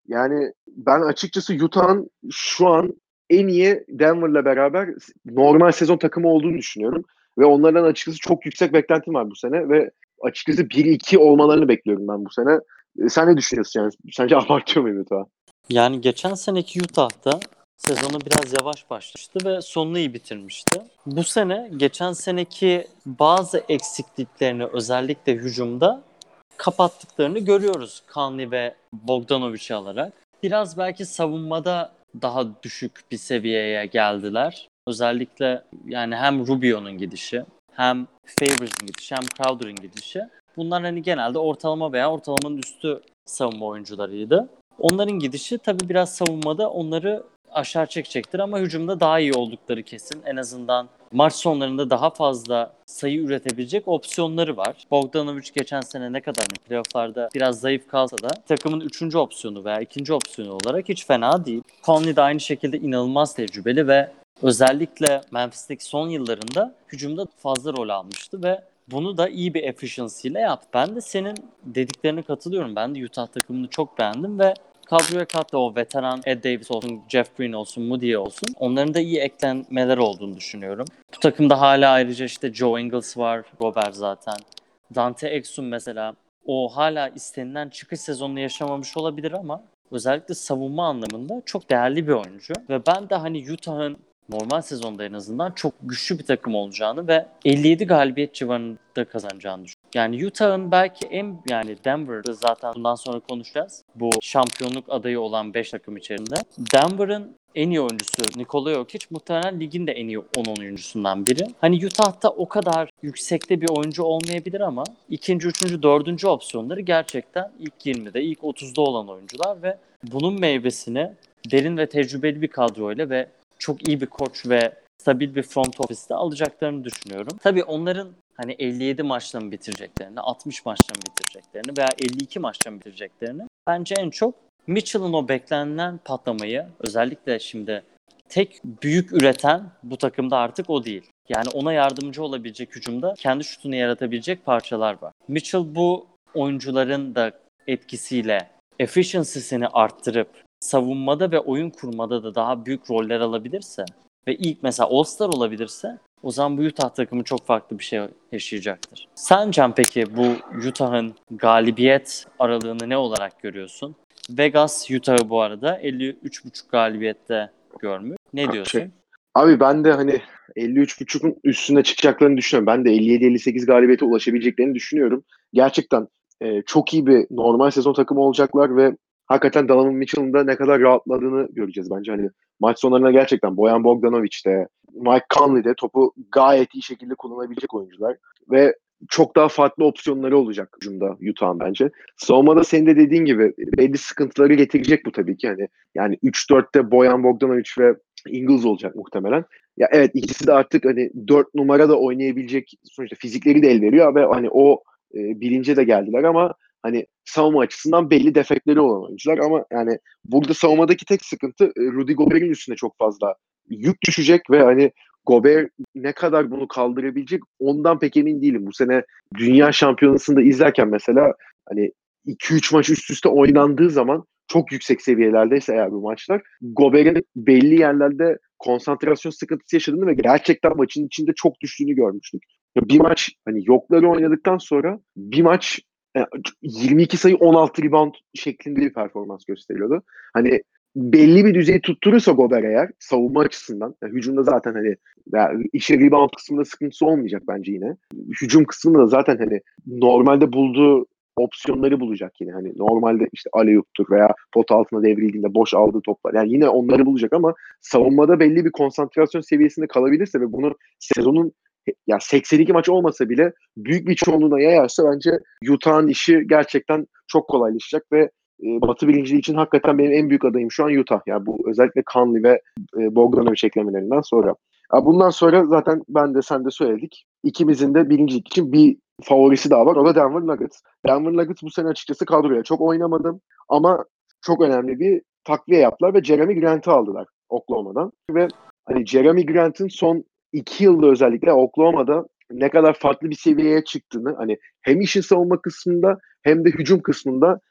Yani ben açıkçası Utah'ın şu an en iyi Denver'la beraber normal sezon takımı olduğunu düşünüyorum. Ve onlardan açıkçası çok yüksek beklentim var bu sene ve açıkçası bir iki olmalarını bekliyorum ben bu sene. E, sen ne düşünüyorsun yani? Sence abartıyor muyum Utah? Yani geçen seneki Utah'da sezonu biraz yavaş başlamıştı ve sonunu iyi bitirmişti. Bu sene geçen seneki bazı eksikliklerini özellikle hücumda kapattıklarını görüyoruz Conley ve Bogdanovic'i alarak. Biraz belki savunmada daha düşük bir seviyeye geldiler. Özellikle yani hem Rubio'nun gidişi, hem Favors'ın gidişi, hem Crowder'ın gidişi. Bunlar hani genelde ortalama veya ortalamanın üstü savunma oyuncularıydı. Onların gidişi tabii biraz savunmada onları aşağı çekecektir ama hücumda daha iyi oldukları kesin. En azından maç sonlarında daha fazla sayı üretebilecek opsiyonları var. Bogdanovic geçen sene ne kadar hani playofflarda biraz zayıf kalsa da takımın üçüncü opsiyonu veya ikinci opsiyonu olarak hiç fena değil. Conley de aynı şekilde inanılmaz tecrübeli ve özellikle Memphis'teki son yıllarında hücumda fazla rol almıştı ve bunu da iyi bir efficiency ile yaptı. Ben de senin dediklerine katılıyorum. Ben de Utah takımını çok beğendim ve kadroya kattı o veteran Ed Davis olsun, Jeff Green olsun, Moody olsun. Onların da iyi eklenmeler olduğunu düşünüyorum. Bu takımda hala ayrıca işte Joe Ingles var, Robert zaten. Dante Exum mesela. O hala istenilen çıkış sezonunu yaşamamış olabilir ama özellikle savunma anlamında çok değerli bir oyuncu. Ve ben de hani Utah'ın normal sezonda en azından çok güçlü bir takım olacağını ve elli yedi galibiyet civarında kazanacağını düşünüyorum. Yani Utah'ın belki en yani Denver'da zaten bundan sonra konuşacağız. Bu şampiyonluk adayı olan beş takım içerisinde. Denver'ın en iyi oyuncusu Nikola Jokic muhtemelen ligin de en iyi on oyuncusundan biri. Hani Utah'ta o kadar yüksekte bir oyuncu olmayabilir ama ikinci, üçüncü, dördüncü opsiyonları gerçekten ilk yirmide, ilk otuzda olan oyuncular ve bunun meyvesini derin ve tecrübeli bir kadroyla ve çok iyi bir koç ve stabil bir front office'te alacaklarını düşünüyorum. Tabii onların hani elli yedi maçla mı bitireceklerini, altmış maçla mı bitireceklerini veya elli iki maçla mı bitireceklerini bence en çok Mitchell'ın o beklenilen patlamayı özellikle şimdi tek büyük üreten bu takımda artık o değil. Yani ona yardımcı olabilecek hücumda kendi şutunu yaratabilecek parçalar var. Mitchell bu oyuncuların da etkisiyle efficiency'sini arttırıp savunmada ve oyun kurmada da daha büyük roller alabilirse ve ilk mesela All-Star olabilirse o zaman bu Utah takımı çok farklı bir şey yaşayacaktır. Sen Can peki bu Utah'ın galibiyet aralığını ne olarak görüyorsun? Vegas Utah'ı bu arada elli üç buçuk galibiyette görmüş. Ne Şey, diyorsun? abi ben de hani elli üç buçukun üstüne çıkacaklarını düşünüyorum. Ben de elli yedi elli sekiz galibiyete ulaşabileceklerini düşünüyorum. Gerçekten e, çok iyi bir normal sezon takımı olacaklar ve hakikaten Donovan Mitchell'ın da ne kadar rahatladığını göreceğiz bence. Hani maç sonlarına gerçekten Bojan Bogdanovic de, Mike Conley de topu gayet iyi şekilde kullanabilecek oyuncular ve çok daha farklı opsiyonları olacak hücumda Utah'ın bence. Savunmada senin de dediğin gibi belli sıkıntıları getirecek bu tabii ki. Hani yani üç dörtte Bojan Bogdanovic ve Ingles olacak muhtemelen. Ya evet, ikisi de artık hani dört numara da oynayabilecek sonuçta fizikleri de el veriyor ve hani o e, bilince de geldiler ama hani savunma açısından belli defekleri olan oyuncular ama yani burada savunmadaki tek sıkıntı e, Rudy Gobert'in üstüne çok fazla yük düşecek ve hani Gobert ne kadar bunu kaldırabilecek ondan pek emin değilim. Bu sene dünya şampiyonasında izlerken mesela hani iki üç maç üst üste oynandığı zaman çok yüksek seviyelerdeyse eğer bu maçlar Gobert'in belli yerlerde konsantrasyon sıkıntısı yaşadığını ve gerçekten maçın içinde çok düştüğünü görmüştük. Bir maç hani yokları oynadıktan sonra bir maç yirmi iki sayı on altı rebound şeklinde bir performans gösteriyordu. Hani belli bir düzeyi tutturursa Gobert eğer savunma açısından yani hücumda zaten hani yani işe rebound kısmında sıkıntısı olmayacak bence yine. Hücum kısmında da zaten hani normalde bulduğu opsiyonları bulacak yine. Hani normalde işte alley-oop'tur veya pot altına devrildiğinde boş aldığı toplar. Yani yine onları bulacak ama savunmada belli bir konsantrasyon seviyesinde kalabilirse ve bunu sezonun ya seksen iki maç olmasa bile büyük bir çoğunluğuna yayarsa bence Utah'ın işi gerçekten çok kolaylaşacak ve e, Batı birinciliği için hakikaten benim en büyük adayım şu an Utah. Yani bu özellikle Conley ve e, Bogdanovic eklemelerinden sonra. Ya bundan sonra zaten ben de sen de söyledik. İkimizin de birincilik için bir favorisi daha var. O da Denver Nuggets. Denver Nuggets bu sene açıkçası kadroya çok oynamadım ama çok önemli bir takviye yaptılar ve Jeremy Grant'ı aldılar Oklahoma'dan. Ve hani Jeremy Grant'ın son iki yılda özellikle Oklahoma'da ne kadar farklı bir seviyeye çıktığını hani hem işin savunma kısmında hem de hücum kısmında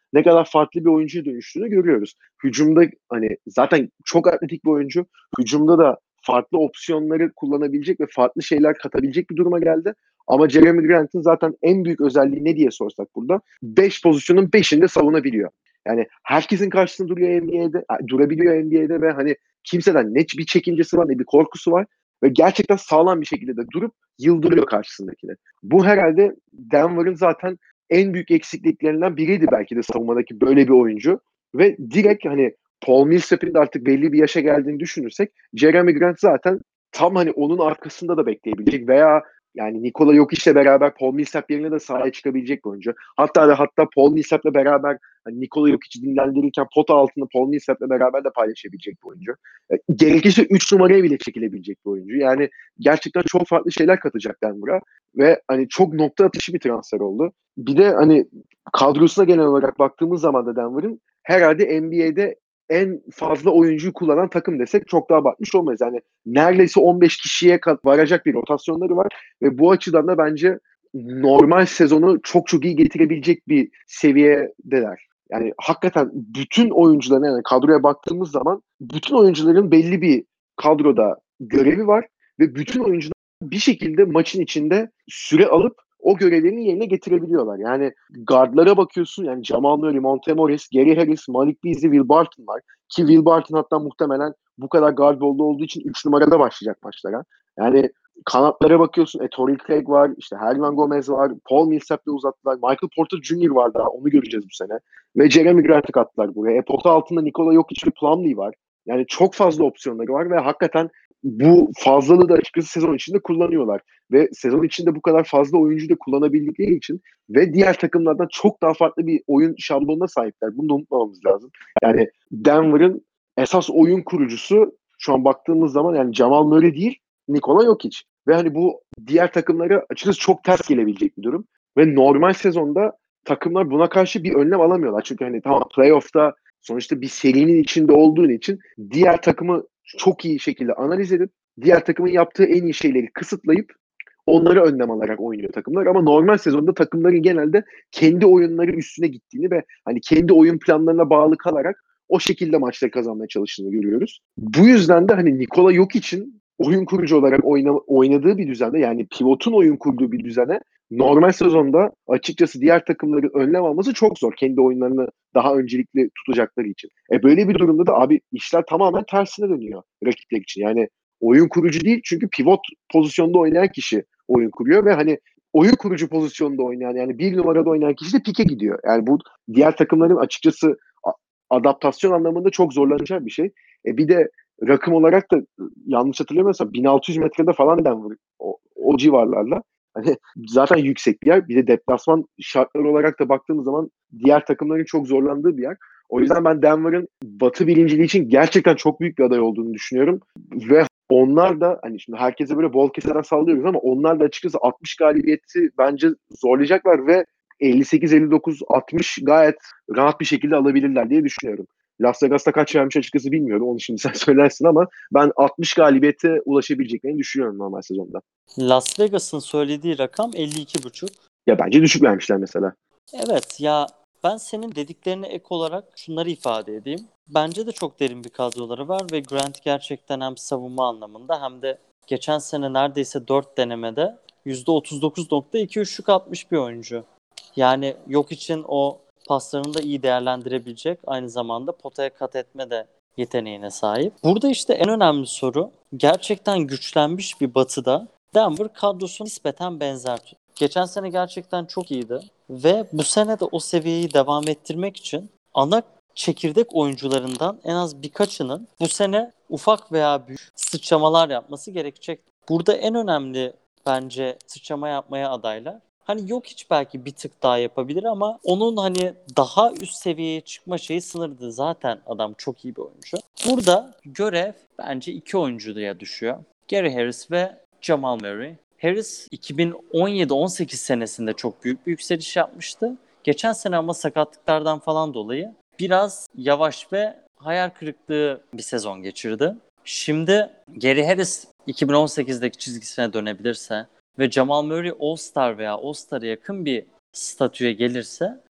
ne kadar farklı bir oyuncuya dönüştüğünü görüyoruz. Hücumda hani zaten çok atletik bir oyuncu. Hücumda da farklı opsiyonları kullanabilecek ve farklı şeyler katabilecek bir duruma geldi. Ama Jeremy Grant'ın zaten en büyük özelliği ne diye sorsak burada? beş pozisyonun beşinde savunabiliyor. Yani herkesin karşısında duruyor N B A'de, durabiliyor N B A'de ve hani kimseden ne bir çekincesi var ne bir korkusu var ve gerçekten sağlam bir şekilde de durup yıldırıyor karşısındakini. Bu herhalde Denver'ın zaten en büyük eksikliklerinden biriydi belki de savunmadaki böyle bir oyuncu ve direkt hani Paul Millsap'in de artık belli bir yaşa geldiğini düşünürsek Jeremy Grant zaten tam hani onun arkasında da bekleyebilecek veya yani Nikola Jokic'le beraber Paul Millsap yerine de sahaya çıkabilecek bir oyuncu. Hatta ve hatta Paul Millsap'le beraber hani Nikola Jokic'i dinlendirirken pota altında Paul Millsap'le beraber de paylaşabilecek bir oyuncu. E, gerekirse üç numaraya bile çekilebilecek bir oyuncu. Yani gerçekten çok farklı şeyler katacak Denver'a ve hani çok nokta atışı bir transfer oldu. Bir de hani kadrosuna genel olarak baktığımız zaman da Denver'ın herhalde N B A'de en fazla oyuncuyu kullanan takım desek çok daha bakmış olmayız. Yani neredeyse on beş kişiye varacak bir rotasyonları var ve bu açıdan da bence normal sezonu çok çok iyi getirebilecek bir seviyedeler. Yani hakikaten bütün oyuncuların yani kadroya baktığımız zaman bütün oyuncuların belli bir kadroda görevi var ve bütün oyuncular bir şekilde maçın içinde süre alıp o görevlerini yerine getirebiliyorlar. Yani guardlara bakıyorsun yani Jamal Murray, Monte Morris, Gary Harris, Malik Beasley, Will Barton var. Ki Will Barton hatta muhtemelen bu kadar guard bolda olduğu için üç numarada başlayacak maçlara. Yani kanatlara bakıyorsun. E, Torrey Craig var. İşte Hernan Gomez var. Paul Millsap'le uzattılar. Michael Porter Junior var daha. Onu göreceğiz bu sene. Ve Jeremy Grant'ı kattılar buraya. E, pota altında Nikola Jokic ve Plumlee var. Yani çok fazla opsiyonları var ve hakikaten bu fazlalığı da açıkçası sezon içinde kullanıyorlar. Ve sezon içinde bu kadar fazla oyuncu da kullanabildikleri için ve diğer takımlardan çok daha farklı bir oyun şablonuna sahipler. Bunu da unutmamamız lazım. Yani Denver'ın esas oyun kurucusu şu an baktığımız zaman yani Jamal Murray değil, Nikola Jokic. Ve hani bu diğer takımlara açıkçası çok ters gelebilecek bir durum. Ve normal sezonda takımlar buna karşı bir önlem alamıyorlar. Çünkü hani tamam playoff'ta sonuçta bir serinin içinde olduğun için diğer takımı çok iyi şekilde analiz edip diğer takımın yaptığı en iyi şeyleri kısıtlayıp onları önlem alarak oynuyor takımlar. Ama normal sezonda takımların genelde kendi oyunları üstüne gittiğini ve hani kendi oyun planlarına bağlı kalarak o şekilde maçları kazanmaya çalıştığını görüyoruz. Bu yüzden de hani Nikola Jokic'in oyun kurucu olarak oyna, oynadığı bir düzende yani pivotun oyun kurduğu bir düzene normal sezonda açıkçası diğer takımların önlem alması çok zor. Kendi oyunlarını daha öncelikli tutacakları için. E böyle bir durumda da abi işler tamamen tersine dönüyor rakipler için. Yani oyun kurucu değil çünkü pivot pozisyonda oynayan kişi oyun kuruyor ve hani oyun kurucu pozisyonda oynayan yani bir numarada oynayan kişi de pike gidiyor. Yani bu diğer takımların açıkçası adaptasyon anlamında çok zorlanacağı bir şey. E bir de rakım olarak da yanlış hatırlamıyorsam bin altı yüz metrede falan Denver o, o civarlarla. Hani zaten yüksek bir yer. Bir de deplasman şartları olarak da baktığımız zaman diğer takımların çok zorlandığı bir yer. O yüzden ben Denver'ın Batı birinciliği için gerçekten çok büyük bir aday olduğunu düşünüyorum. Ve onlar da hani şimdi herkese böyle bol keseden sallıyoruz ama onlar da açıkçası altmış galibiyeti bence zorlayacaklar ve elli sekiz elli dokuz altmış gayet rahat bir şekilde alabilirler diye düşünüyorum. Las Vegas'ta kaç vermiş açıkçası bilmiyorum. Onu şimdi sen söylersin ama ben altmış galibiyete ulaşabileceklerini düşünüyorum normal sezonda. Las Vegas'ın söylediği rakam elli iki buçuk. Ya bence düşük vermişler mesela. Evet ya ben senin dediklerine ek olarak şunları ifade edeyim. Bence de çok derin bir kadroları var ve Grant gerçekten hem savunma anlamında hem de geçen sene neredeyse dört denemede yüzde otuz dokuz nokta iki üçlük atmış bir oyuncu. Yani yok için o paslarını da iyi değerlendirebilecek, aynı zamanda potaya kat etme de yeteneğine sahip. Burada işte en önemli soru, gerçekten güçlenmiş bir Batı'da Denver kadrosunu nispeten benzer. Geçen sene gerçekten çok iyiydi ve bu sene de o seviyeyi devam ettirmek için ana çekirdek oyuncularından en az birkaçının bu sene ufak veya büyük sıçramalar yapması gerekecek. Burada en önemli bence sıçrama yapmaya adaylar. Hani yok hiç belki bir tık daha yapabilir ama onun hani daha üst seviyeye çıkma şeyi sınırlı. Zaten adam çok iyi bir oyuncu. Burada görev bence iki oyuncuya düşüyor. Gary Harris ve Jamal Murray. Harris iki bin on yedi on sekiz senesinde çok büyük bir yükseliş yapmıştı. Geçen sene ama sakatlıklardan falan dolayı biraz yavaş ve hayal kırıklığı bir sezon geçirdi. Şimdi Gary Harris iki bin on sekizdeki çizgisine dönebilirse ve Jamal Murray All-Star veya All-Star'a yakın bir statüye gelirse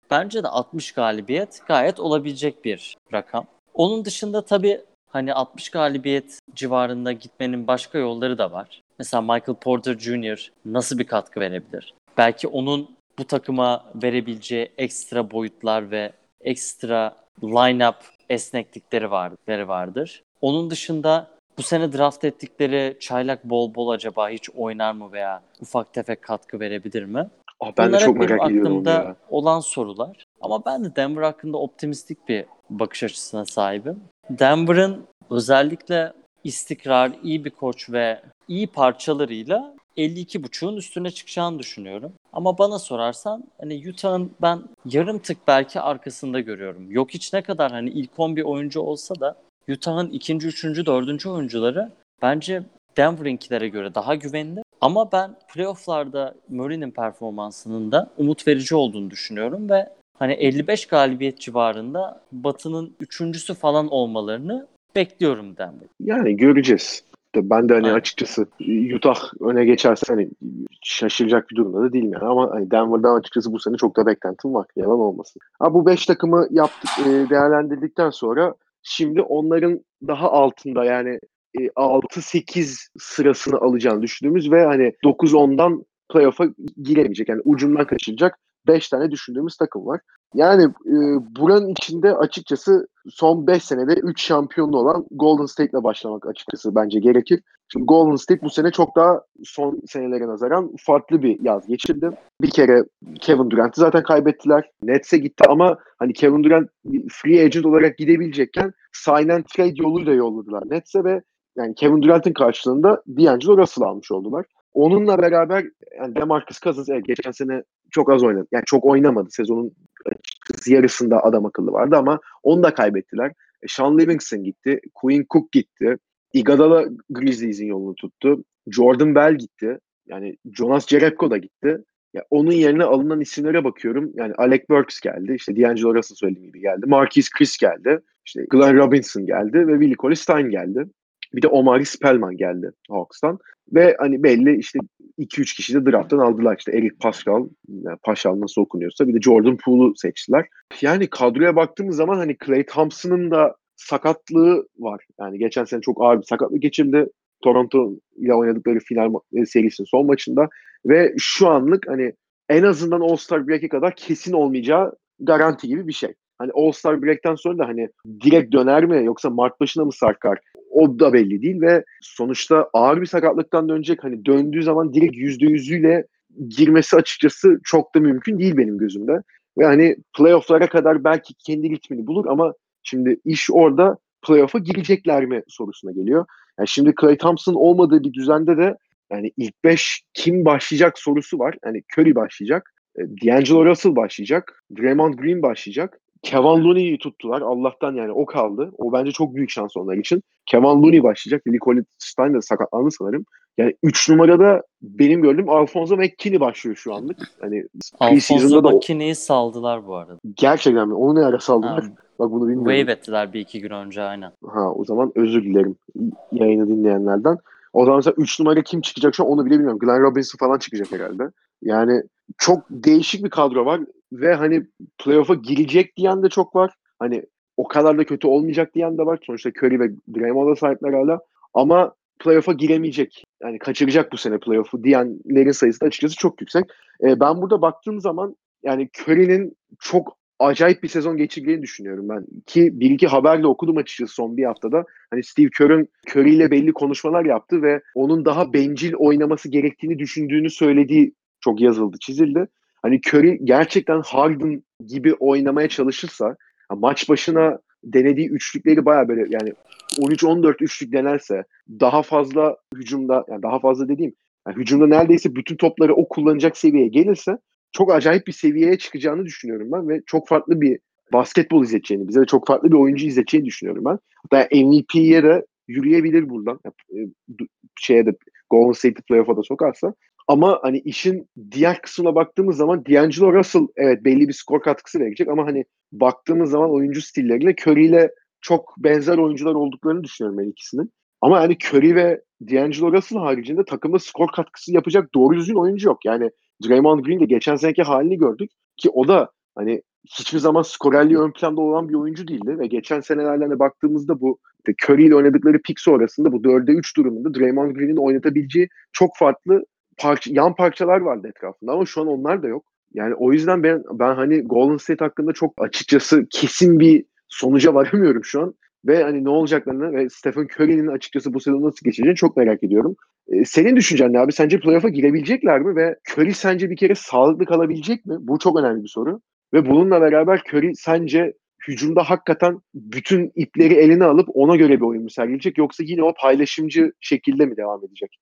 Bence de altmış galibiyet gayet olabilecek bir rakam. Onun dışında tabii hani altmış galibiyet civarında gitmenin başka yolları da var. Mesela Michael Porter Junior nasıl bir katkı verebilir? Belki onun bu takıma verebileceği ekstra boyutlar ve ekstra line-up esneklikleri var- vardır. Onun dışında bu sene draft ettikleri çaylak bol bol acaba hiç oynar mı veya ufak tefek katkı verebilir mi? Ah, ben de Bunlar çok hep benim merak ediyorum onu aklımda ya. olan sorular. Ama ben de Denver hakkında optimistik bir bakış açısına sahibim. Denver'ın özellikle istikrar, iyi bir koç ve iyi parçalarıyla elli iki buçuğun üstüne çıkacağını düşünüyorum. Ama bana sorarsan hani Utah'ın ben yarım tık belki arkasında görüyorum. Yok hiç ne kadar hani ilk on bir oyuncu olsa da Utah'ın ikinci, üçüncü, dördüncü oyuncuları bence Denver'ınkilere göre daha güvenli. Ama ben playoff'larda Murray'nin performansının da umut verici olduğunu düşünüyorum ve hani elli beş galibiyet civarında Batı'nın üçüncüsü falan olmalarını bekliyorum Denver. Yani göreceğiz. De- Ben de hani Aynen. açıkçası Utah öne geçerse hani şaşıracak bir durumda da değilim yani. Ama hani Denver'dan açıkçası bu sene çok da beklentim var. Yalan olmasın. Ha, bu beş takımı yaptık, e, değerlendirdikten sonra şimdi onların daha altında yani e, altı sekiz sırasını alacağını düşündüğümüz ve hani dokuz ondan playoff'a giremeyecek. Yani ucundan kaçıracak beş tane düşündüğümüz takım var. Yani e, buranın içinde açıkçası son beş senede üç şampiyonlu olan Golden State'le başlamak açıkçası bence gerekir. Şimdi Golden State bu sene çok daha son senelere nazaran farklı bir yaz geçirdi. Bir kere Kevin Durant'ı zaten kaybettiler. Nets'e gitti ama hani Kevin Durant free agent olarak gidebilecekken sign and trade yoluyla yolladılar Nets'e ve yani Kevin Durant'ın karşılığında D'Angelo Russell almış oldular. Onunla beraber yani DeMarcus Cousins evet, geçen sene çok az oynadı. Yani çok oynamadı. Sezonun yarısında adam akıllı vardı ama onu da kaybettiler. E, Sean Livingston gitti. Quinn Cook gitti. Iguodala Grizzlies'in yolunu tuttu. Jordan Bell gitti. Yani Jonas Jerebko da gitti. Ya onun yerine alınan isimlere bakıyorum. Yani Alec Burks geldi. İşte D'Angelo Russell söylediğim gibi geldi. Marquise Chris geldi. İşte Glenn Robinson geldi ve Willie Cauley-Stein geldi. Bir de Omari Spellman geldi Hawks'tan. Ve hani belli işte iki üç kişi de draft'tan aldılar. İşte Eric Paschall, yani Paschall nasıl okunuyorsa bir de Jordan Poole'u seçtiler. Yani kadroya baktığımız zaman hani Klay Thompson'ın da sakatlığı var. Yani geçen sene çok ağır bir sakatlık geçirdi. Toronto ile oynadıkları final serisinin son maçında ve şu anlık hani en azından All-Star Break'e kadar kesin olmayacağı garanti gibi bir şey. Hani All-Star Break'ten sonra da hani direkt döner mi yoksa Mart başına mı sarkar? O da belli değil ve sonuçta ağır bir sakatlıktan dönecek. Hani döndüğü zaman direkt yüzde yüzüyle girmesi açıkçası çok da mümkün değil benim gözümde. Ve hani playoff'lara kadar belki kendi ritmini bulur ama şimdi iş orada playoff'a girecekler mi sorusuna geliyor. Yani şimdi Klay Thompson olmadığı bir düzende de yani ilk beş kim başlayacak sorusu var. Yani Curry başlayacak. E, D'Angelo Russell başlayacak. Draymond Green başlayacak. Kevin Looney'i tuttular. Allah'tan yani o kaldı. O bence çok büyük şans onlar için. Kevin Looney başlayacak. Willie Cauley-Stein de sakatlandı sanırım. Yani üç numarada benim gördüğüm Alfonso McKinney başlıyor şu anlık. Hani Alfonso preseason'da da o, McKinney'i saldılar bu arada. gerçekten mi? Onu ne ara Ha, saldılar? Bak bunu bilmiyordum. wave ettiler bir iki gün önce aynen. Ha, o zaman özür dilerim yayını dinleyenlerden. O zaman mesela üç numara kim çıkacak şu an onu bile bilmiyorum. Glenn Robinson falan çıkacak herhalde. Yani çok değişik bir kadro var ve hani playoff'a girecek diyen de çok var. Hani o kadar da kötü olmayacak diyen de var. Sonuçta Curry ve Draymond'a sahipler hala. Ama playoff'a giremeyecek. Yani kaçıracak bu sene playoff'u diyenlerin sayısı da açıkçası çok yüksek. Ee, ben burada baktığım zaman yani Curry'nin çok acayip bir sezon geçirdiğini düşünüyorum ben. Ki bir iki haberle okudum açıkçası son bir haftada. Hani Steve Kerr'ın Curry ile belli konuşmalar yaptı ve onun daha bencil oynaması gerektiğini düşündüğünü söylediği çok yazıldı, çizildi. Hani Curry gerçekten Harden gibi oynamaya çalışırsa ha, maç başına denediği üçlükleri baya böyle yani on üç on dört üçlük denerse daha fazla hücumda yani daha fazla dediğim yani hücumda neredeyse bütün topları o kullanacak seviyeye gelirse çok acayip bir seviyeye çıkacağını düşünüyorum ben ve çok farklı bir basketbol izleteceğini, bize de çok farklı bir oyuncu izleteceğini düşünüyorum ben. Hatta M V P'ye de yürüyebilir buradan. Yani, e, şeye de Golden State'i playoff'a da sokarsa. Ama hani işin diğer kısmına baktığımız zaman D'Angelo Russell evet belli bir skor katkısı verecek ama hani baktığımız zaman oyuncu stilleriyle Curry ile çok benzer oyuncular olduklarını düşünüyorum ben ikisinin. Ama yani Curry ve D'Angelo Russell haricinde takımda skor katkısı yapacak doğru düzgün oyuncu yok. Yani Draymond Green de geçen seneki halini gördük ki o da hani hiçbir zaman skorerliği ön planda olan bir oyuncu değildi ve geçen senelerden de baktığımızda bu işte Curry ile oynadıkları pik sonrasında bu dörde üç durumunda Draymond Green'in oynatabileceği çok farklı parça, yan parçalar vardı etrafında ama şu an onlar da yok. Yani o yüzden ben ben hani Golden State hakkında çok açıkçası kesin bir sonuca varamıyorum şu an. Ve hani ne olacaklarını ve Stephen Curry'nin açıkçası bu sezonu nasıl geçeceğini çok merak ediyorum. Ee, senin düşüncen ne abi? Sence playoff'a girebilecekler mi? Ve Curry sence bir kere sağlıklı kalabilecek mi? Bu çok önemli bir soru. Ve bununla beraber Curry sence hücumda hakikaten bütün ipleri eline alıp ona göre bir oyun mu sergileyecek? Yoksa yine o paylaşımcı şekilde mi devam edecek?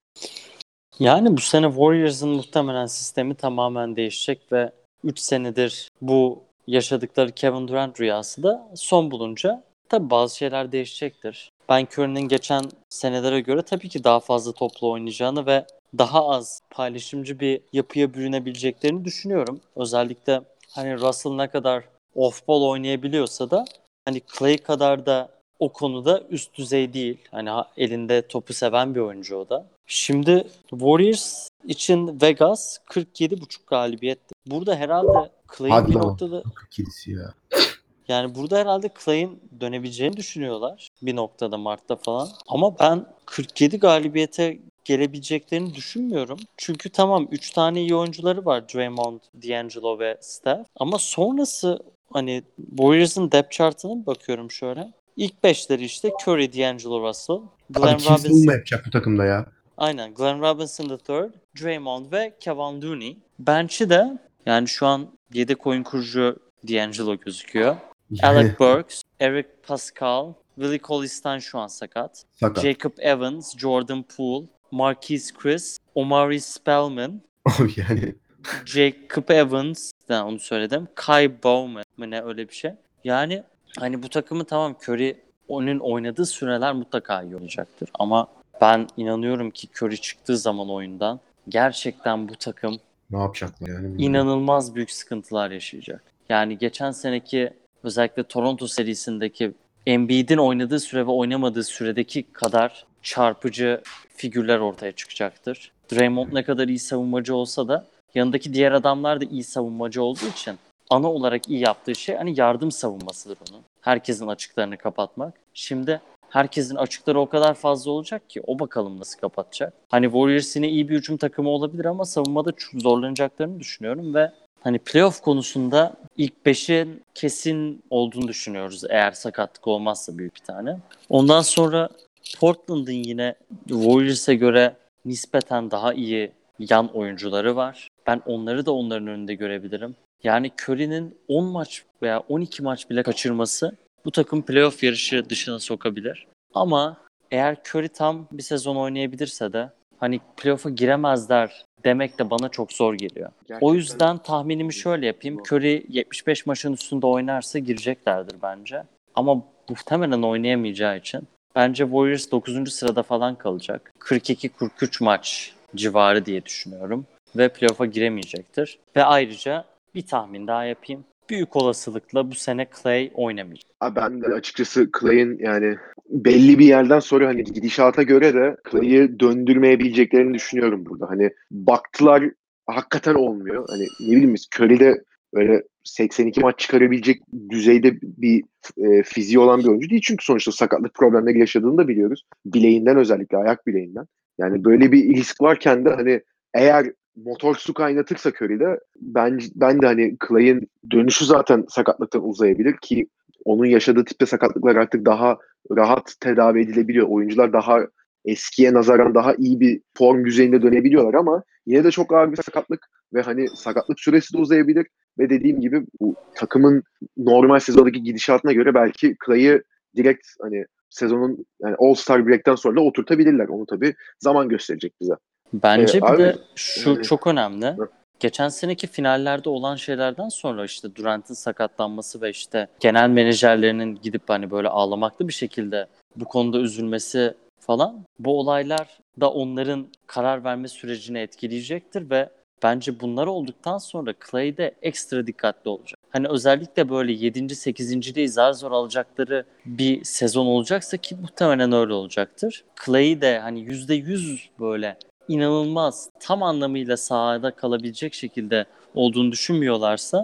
Yani bu sene Warriors'ın muhtemelen sistemi tamamen değişecek ve üç senedir bu yaşadıkları Kevin Durant rüyası da son bulunca tabii bazı şeyler değişecektir. Ben Curry'nin geçen senelere göre tabii ki daha fazla toplu oynayacağını ve daha az paylaşımcı bir yapıya bürünebileceklerini düşünüyorum. Özellikle hani Russell ne kadar off-ball oynayabiliyorsa da hani Clay kadar da o konuda üst düzey değil. Hani elinde topu seven bir oyuncu o da. Şimdi Warriors için Vegas kırk yedi buçuk galibiyetti. Burada herhalde Clay'in Hadi bir lan. noktada kırk yedisi ya. yani burada herhalde Clay'in dönebileceğini düşünüyorlar bir noktada Mart'ta falan. Ama ben kırk yedi galibiyete gelebileceklerini düşünmüyorum. Çünkü tamam üç tane iyi oyuncuları var. Draymond, D'Angelo ve Steph. Ama sonrası hani Warriors'ın depth chart'ına bakıyorum şöyle. İlk beşleri işte Curry, D'Angelo Russell, Abi Glenn kim savunma Robinson. yapacak bu takımda ya? Aynen. Glenn Robinson the third, Draymond ve Kevin Looney. Bench'i de yani şu an yedek oyun kurucu D'Angelo gözüküyor. Alec Yani Burks, Eric Pascal, Willie Cauley-Stein şu an sakat. sakat. Jacob Evans, Jordan Poole, Marquise Chris, Omari Spellman, Abi yani Jacob Evans, ben onu söyledim. Kai Bowman mı ne öyle bir şey. Yani hani bu takımı tamam Curry onun oynadığı süreler mutlaka iyi olacaktır. Ama ben inanıyorum ki Curry çıktığı zaman oyundan gerçekten bu takım ne yapacaklar yani bilmiyorum. inanılmaz büyük sıkıntılar yaşayacak. Yani geçen seneki özellikle Toronto serisindeki Embiid'in oynadığı süre ve oynamadığı süredeki kadar çarpıcı figürler ortaya çıkacaktır. Draymond ne kadar iyi savunmacı olsa da yanındaki diğer adamlar da iyi savunmacı olduğu için ana olarak iyi yaptığı şey hani yardım savunmasıdır onun. Herkesin açıklarını kapatmak. Şimdi herkesin açıkları o kadar fazla olacak ki o bakalım nasıl kapatacak. Hani Warriors yine iyi bir hücum takımı olabilir ama savunmada çok zorlanacaklarını düşünüyorum ve hani playoff konusunda ilk beşin kesin olduğunu düşünüyoruz eğer sakatlık olmazsa büyük bir tane. Ondan sonra Portland'ın yine Warriors'e göre nispeten daha iyi yan oyuncuları var. Ben onları da onların önünde görebilirim. Yani Curry'nin on maç veya on iki maç bile kaçırması bu takım playoff yarışı dışına sokabilir. Ama eğer Curry tam bir sezon oynayabilirse de hani playoff'a giremezler demek de bana çok zor geliyor. Gerçekten. O yüzden tahminimi şöyle yapayım. Curry yetmiş beş maçın üstünde oynarsa gireceklerdir bence. Ama muhtemelen oynayamayacağı için bence Warriors dokuzuncu sırada falan kalacak. kırk iki kırk üç maç civarı diye düşünüyorum. Ve playoff'a giremeyecektir. Ve ayrıca bir tahmin daha yapayım. Büyük olasılıkla bu sene Clay oynamayacak. Abi ben de açıkçası Clay'in yani belli bir yerden sonra hani gidişata göre de Clay'i döndürmeyebileceklerini düşünüyorum burada. Hani baktılar hakikaten olmuyor. Hani ne bileyim biz Curry'de böyle seksen iki maç çıkarabilecek düzeyde bir e, fiziği olan bir oyuncu değil. Çünkü sonuçta sakatlık problemleri yaşadığını da biliyoruz. Bileğinden özellikle ayak bileğinden. Yani böyle bir risk varken de hani eğer motor su kaynatırsa Curry'de ben, ben de hani Clay'in dönüşü zaten sakatlıktan uzayabilir ki onun yaşadığı tipte sakatlıklar artık daha rahat tedavi edilebiliyor. Oyuncular daha eskiye nazaran daha iyi bir form düzeyinde dönebiliyorlar ama yine de çok ağır bir sakatlık ve hani sakatlık süresi de uzayabilir ve dediğim gibi bu takımın normal sezondaki gidişatına göre belki Clay'ı direkt hani sezonun yani All-Star break'ten sonra oturtabilirler. Onu tabii zaman gösterecek bize. Ee, Bence bir abi de şu yani çok önemli. Geçen seneki finallerde olan şeylerden sonra işte Durant'ın sakatlanması ve işte genel menajerlerinin gidip hani böyle ağlamaklı bir şekilde bu konuda üzülmesi falan bu olaylar da onların karar verme sürecini etkileyecektir ve bence bunlar olduktan sonra Clay de ekstra dikkatli olacak. Hani özellikle böyle yedinci sekizinciliği zar zor alacakları bir sezon olacaksa ki muhtemelen öyle olacaktır. Clay'i de hani yüzde yüz böyle inanılmaz tam anlamıyla sahada kalabilecek şekilde olduğunu düşünmüyorlarsa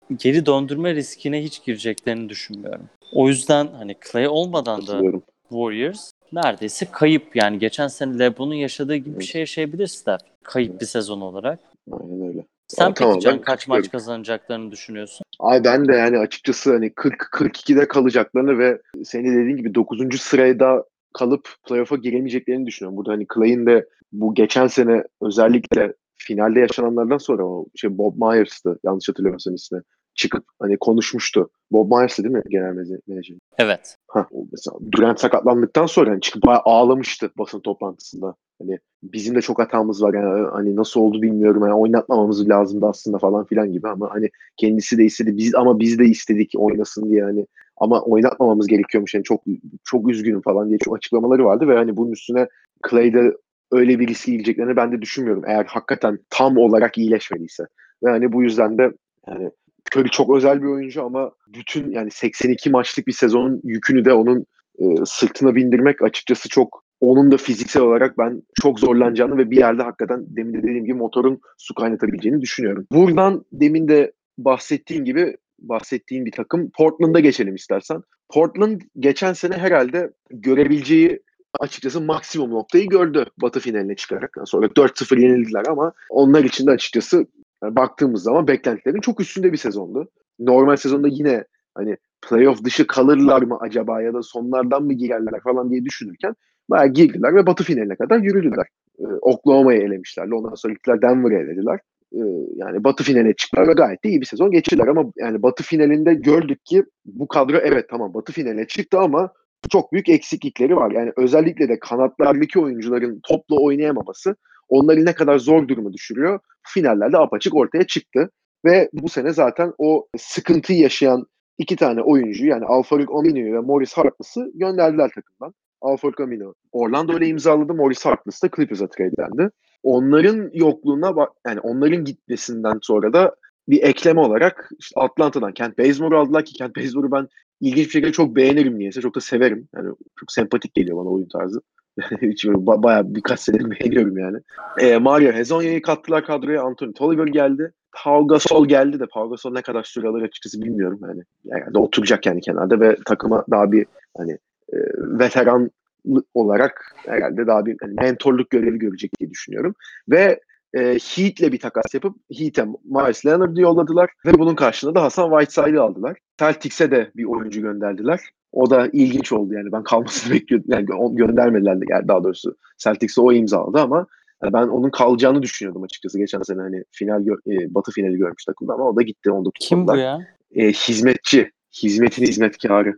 geri döndürme riskine hiç gireceklerini düşünmüyorum. O yüzden hani Clay olmadan da Katılıyorum. Warriors neredeyse kayıp. Yani geçen sene LeBron'un yaşadığı gibi bir Evet. şey yaşayabilir Steph. Kayıp Evet. bir sezon olarak. Aynen öyle. Sen Aa, peki tamamen Can kaç maç katılıyorum. kazanacaklarını düşünüyorsun? Ay ben de yani açıkçası hani kırk kırk ikide kalacaklarını ve senin dediğin gibi dokuzuncu sırada kalıp playoff'a giremeyeceklerini düşünüyorum. Burada hani Clay'in de bu geçen sene özellikle finalde yaşananlardan sonra o şey Bob Myers'tı yanlış hatırlamıyorsam ismi. Çıkıp hani konuşmuştu. Bob Myers'tı değil mi genel menajeri? Evet. Hah, o mesela Durant sakatlandıktan sonra hani çıkıp bayağı ağlamıştı basın toplantısında. Hani bizim de çok hatamız var yani hani nasıl oldu bilmiyorum yani oynatmamamız lazımdı aslında falan filan gibi ama hani kendisi de istedi biz ama biz de istedik oynasın diye hani ama oynatmamamız gerekiyormuş yani çok çok üzgünüm falan diye çok açıklamaları vardı ve hani bunun üstüne Clay'de öyle bir riske gireceklerini ben de düşünmüyorum eğer hakikaten tam olarak iyileşmediyse ve hani bu yüzden de yani Curry çok özel bir oyuncu ama bütün yani seksen iki maçlık bir sezonun yükünü de onun e, sırtına bindirmek açıkçası çok onun da fiziksel olarak ben çok zorlanacağını ve bir yerde hakikaten demin de dediğim gibi motorun su kaynatabileceğini düşünüyorum. Buradan demin de bahsettiğin gibi bahsettiğin bir takım Portland'a geçelim istersen. Portland geçen sene herhalde görebileceği açıkçası maksimum noktayı gördü Batı finaline çıkarak. Sonra dört sıfır yenildiler ama onlar için de açıkçası yani baktığımız zaman beklentilerin çok üstünde bir sezondu. Normal sezonda yine hani playoff dışı kalırlar mı acaba ya da sonlardan mı girerler falan diye düşünürken bayağı girdiler ve Batı finaline kadar yürüdüler. Ee, Oklahoma'yı elemişlerdi. Ondan sonra gittiler Denver'ı elediler. Ee, yani Batı finaline çıktılar ve gayet de iyi bir sezon geçirdiler ama yani Batı finalinde gördük ki bu kadro evet tamam Batı finaline çıktı ama çok büyük eksiklikleri var. Yani özellikle de kanatlardaki oyuncuların topla oynayamaması onları ne kadar zor duruma düşürüyor. Finallerde apaçık ortaya çıktı. Ve bu sene zaten o sıkıntıyı yaşayan iki tane oyuncu yani Al-Farouq Amino'yu ve Maurice Harkless'ı gönderdiler takımdan. Al-Farouq Amino Orlando ile imzaladı. Maurice Harkless da Clippers'a trade'lendi. Onların yokluğuna bak yani onların gitmesinden sonra da bir ekleme olarak işte Atlanta'dan Kent Bazemore'u aldılar ki Kent Bazemore'u ben ilginç bir şekilde çok beğenirim niyeyse. Çok da severim. Yani çok sempatik geliyor bana oyun tarzı. Hiç böyle ba- bayağı birkaç senedir beğeniyorum yani. E, Mario Hezonya'yı kattılar kadroya. Anthony Tolliver geldi. Pau Gasol geldi de Pau Gasol ne kadar süre alır açıkçası bilmiyorum. Yani, yani oturacak yani kenarda ve takıma daha bir hani e, veteran olarak herhalde daha bir hani mentorluk görevi görecek diye düşünüyorum. Ve e, Heat'le bir takas yapıp Heat'e Myers Leonard'ı yolladılar ve bunun karşılığında da Hasan Whiteside'ı aldılar. Celtics'e de bir oyuncu gönderdiler. O da ilginç oldu yani ben kalmasını bekliyordum. Yani göndermediler de yani daha doğrusu Celtics'e o imzaladı ama yani ben onun kalacağını düşünüyordum açıkçası. Geçen sene hani final e, Batı finali görmüş takımda ama o da gitti. Onu da Kim bu tutmadılar. ya? E, hizmetçi. Hizmetin hizmetkarı.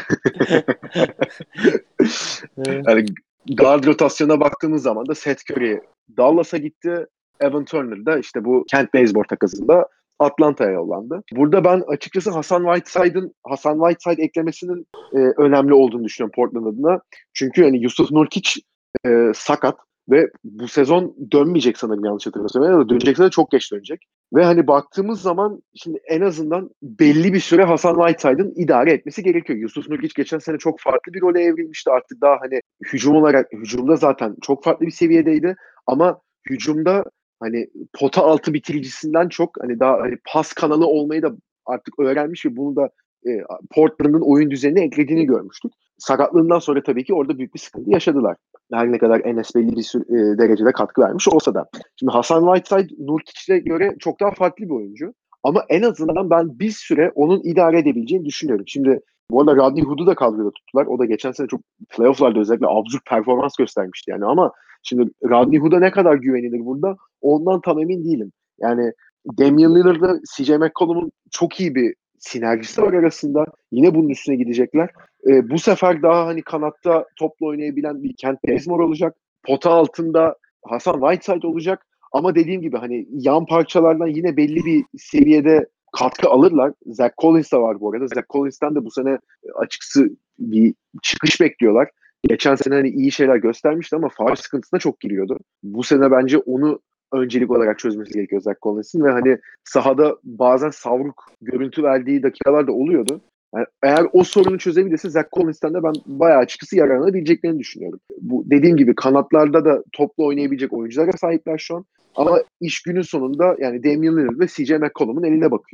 Yani guard rotasyona baktığımız zaman da Seth Curry Dallas'a gitti. Evan Turner da işte bu Kent Bazemore takasında Atlanta'ya yollandı. Burada ben açıkçası Hasan Whiteside'ın Hasan Whiteside eklemesinin e, önemli olduğunu düşünüyorum Portland adına. Çünkü hani Yusuf Nurkic e, sakat ve bu sezon dönmeyecek sanırım yanlış hatırlamıyorsam. Ya da dönecekse de çok geç dönecek. Ve hani baktığımız zaman şimdi en azından belli bir süre Hasan Whiteside'ın idare etmesi gerekiyor. Yusuf Nurkic geçen sene çok farklı bir role evrilmişti. Artık daha hani hücum olarak hücumda zaten çok farklı bir seviyedeydi. Ama hücumda hani pota altı bitiricisinden çok hani daha hani pas kanalı olmayı da artık öğrenmiş ve bunu da e, Portland'ın oyun düzenine eklediğini görmüştük. Sakatlığından sonra tabii ki orada büyük bir sıkıntı yaşadılar. Her ne kadar Enes belli bir sürü, e, derecede katkı vermiş olsa da. Şimdi Hasan Whiteside Nurkic'e göre çok daha farklı bir oyuncu. Ama en azından ben bir süre onun idare edebileceğini düşünüyorum. Şimdi bu arada Rodney Hood'u da kadroda tuttular. O da geçen sene çok playoff'larda özellikle absürt performans göstermişti yani. Ama şimdi Rodney Hood'a ne kadar güvenilir burada ondan tam emin değilim. Yani Damian Lillard'la C J McCollum'un çok iyi bir sinerjisi var arasında. Yine bunun üstüne gidecekler. E, bu sefer daha hani kanatta topla oynayabilen bir Kent Bazemore olacak. Pota altında Hasan Whiteside olacak. Ama dediğim gibi hani yan parçalardan yine belli bir seviyede katkı alırlar. Zach Collins de var bu arada. Zach Collins'ten de bu sene açıkçası bir çıkış bekliyorlar. Geçen sene hani iyi şeyler göstermişti ama faul sıkıntısına çok giriyordu. Bu sene bence onu öncelik olarak çözmesi gerekiyor Zach Collins'in ve hani sahada bazen savruk görüntü verdiği dakikalar da oluyordu. Yani eğer o sorunu çözebilirse Zach Collins'ten de ben bayağı açıkçası yararlanabileceklerini düşünüyorum. Bu dediğim gibi kanatlarda da topla oynayabilecek oyunculara sahipler şu an. Ama iş günün sonunda yani Damian Lillard ve C J McCollum'un eline bakıyor.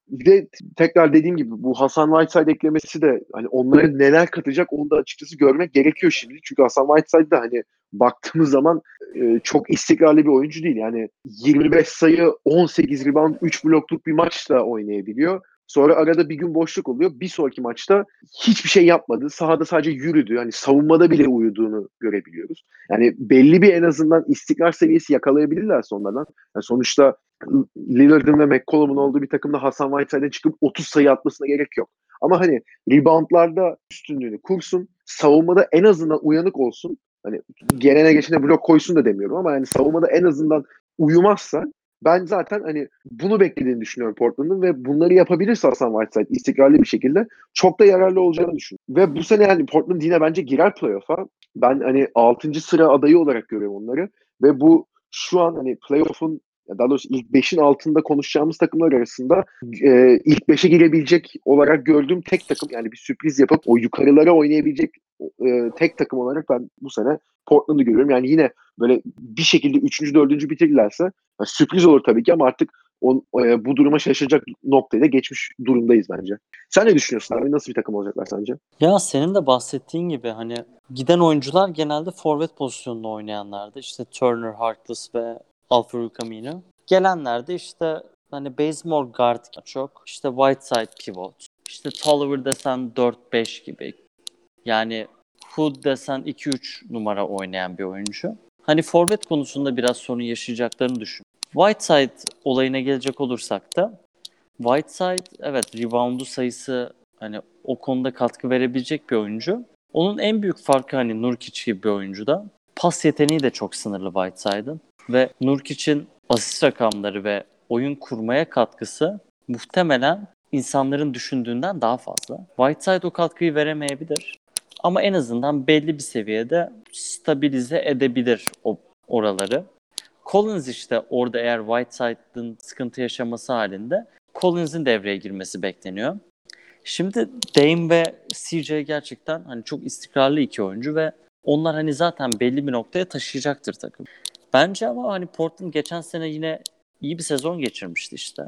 Bir de tekrar dediğim gibi bu Hasan Whiteside eklemesi de hani onlara neler katacak onu da açıkçası görmek gerekiyor şimdi. Çünkü Hasan Whiteside de hani baktığımız zaman e, çok istikrarlı bir oyuncu değil. Yani yirmi beş sayı, on sekiz rebound, üç blokluk bir maçta oynayabiliyor. Sonra arada bir gün boşluk oluyor. Bir sonraki maçta hiçbir şey yapmadı. Sahada sadece yürüdü. Yani savunmada bile uyuduğunu görebiliyoruz. Yani belli bir en azından istikrar seviyesi yakalayabilirler sonradan. Yani sonuçta Lillard'ın ve McCollum'un olduğu bir takımda Hasan Whiteside'e çıkıp otuz sayı atmasına gerek yok. Ama hani reboundlarda üstünlüğünü kursun. Savunmada en azından uyanık olsun. Hani gelene geçene blok koysun da demiyorum ama yani savunmada en azından uyumazsa ben zaten hani bunu beklediğini düşünüyorum Portland'ın ve bunları yapabilirse Hasan Whiteside istikrarlı bir şekilde çok da yararlı olacağını düşünüyorum. Ve bu sene yani Portland yine bence girer playoff'a. Ben hani altıncı sıra adayı olarak görüyorum onları ve bu şu an hani playoff'un daha doğrusu ilk beşin altında konuşacağımız takımlar arasında e, ilk beşe girebilecek olarak gördüğüm tek takım, yani bir sürpriz yapıp o yukarılara oynayabilecek e, tek takım olarak ben bu sene Portland'ı görüyorum. Yani yine böyle bir şekilde üçüncü dördüncü bitirirlerse yani sürpriz olur tabii ki ama artık on, e, bu duruma şaşıracak noktaya da geçmiş durumdayız bence. Sen ne düşünüyorsun abi? Nasıl bir takım olacaklar sence? Ya senin de bahsettiğin gibi hani giden oyuncular genelde forvet pozisyonunda oynayanlardı. İşte Turner, Harkless ve Al-Farouq Aminu. Gelenler de işte hani Bazemore guard çok. İşte Whiteside pivot. İşte Tolliver desen dört beş gibi. Yani Hood desen iki üç numara oynayan bir oyuncu. Hani forvet konusunda biraz sorun yaşayacaklarını düşün. Whiteside olayına gelecek olursak da Whiteside evet reboundu sayısı hani o konuda katkı verebilecek bir oyuncu. Onun en büyük farkı hani Nurkic gibi bir oyuncuda. Pas yeteneği de çok sınırlı Whiteside'ın. Ve Nurkic'in asist rakamları ve oyun kurmaya katkısı muhtemelen insanların düşündüğünden daha fazla. Whiteside o katkıyı veremeyebilir. Ama en azından belli bir seviyede stabilize edebilir o oraları. Collins işte orada eğer Whiteside'ın sıkıntı yaşaması halinde Collins'in devreye girmesi bekleniyor. Şimdi Dame ve C J gerçekten hani çok istikrarlı iki oyuncu ve onlar hani zaten belli bir noktaya taşıyacaktır takım. Bence ama hani Portland geçen sene yine iyi bir sezon geçirmişti işte.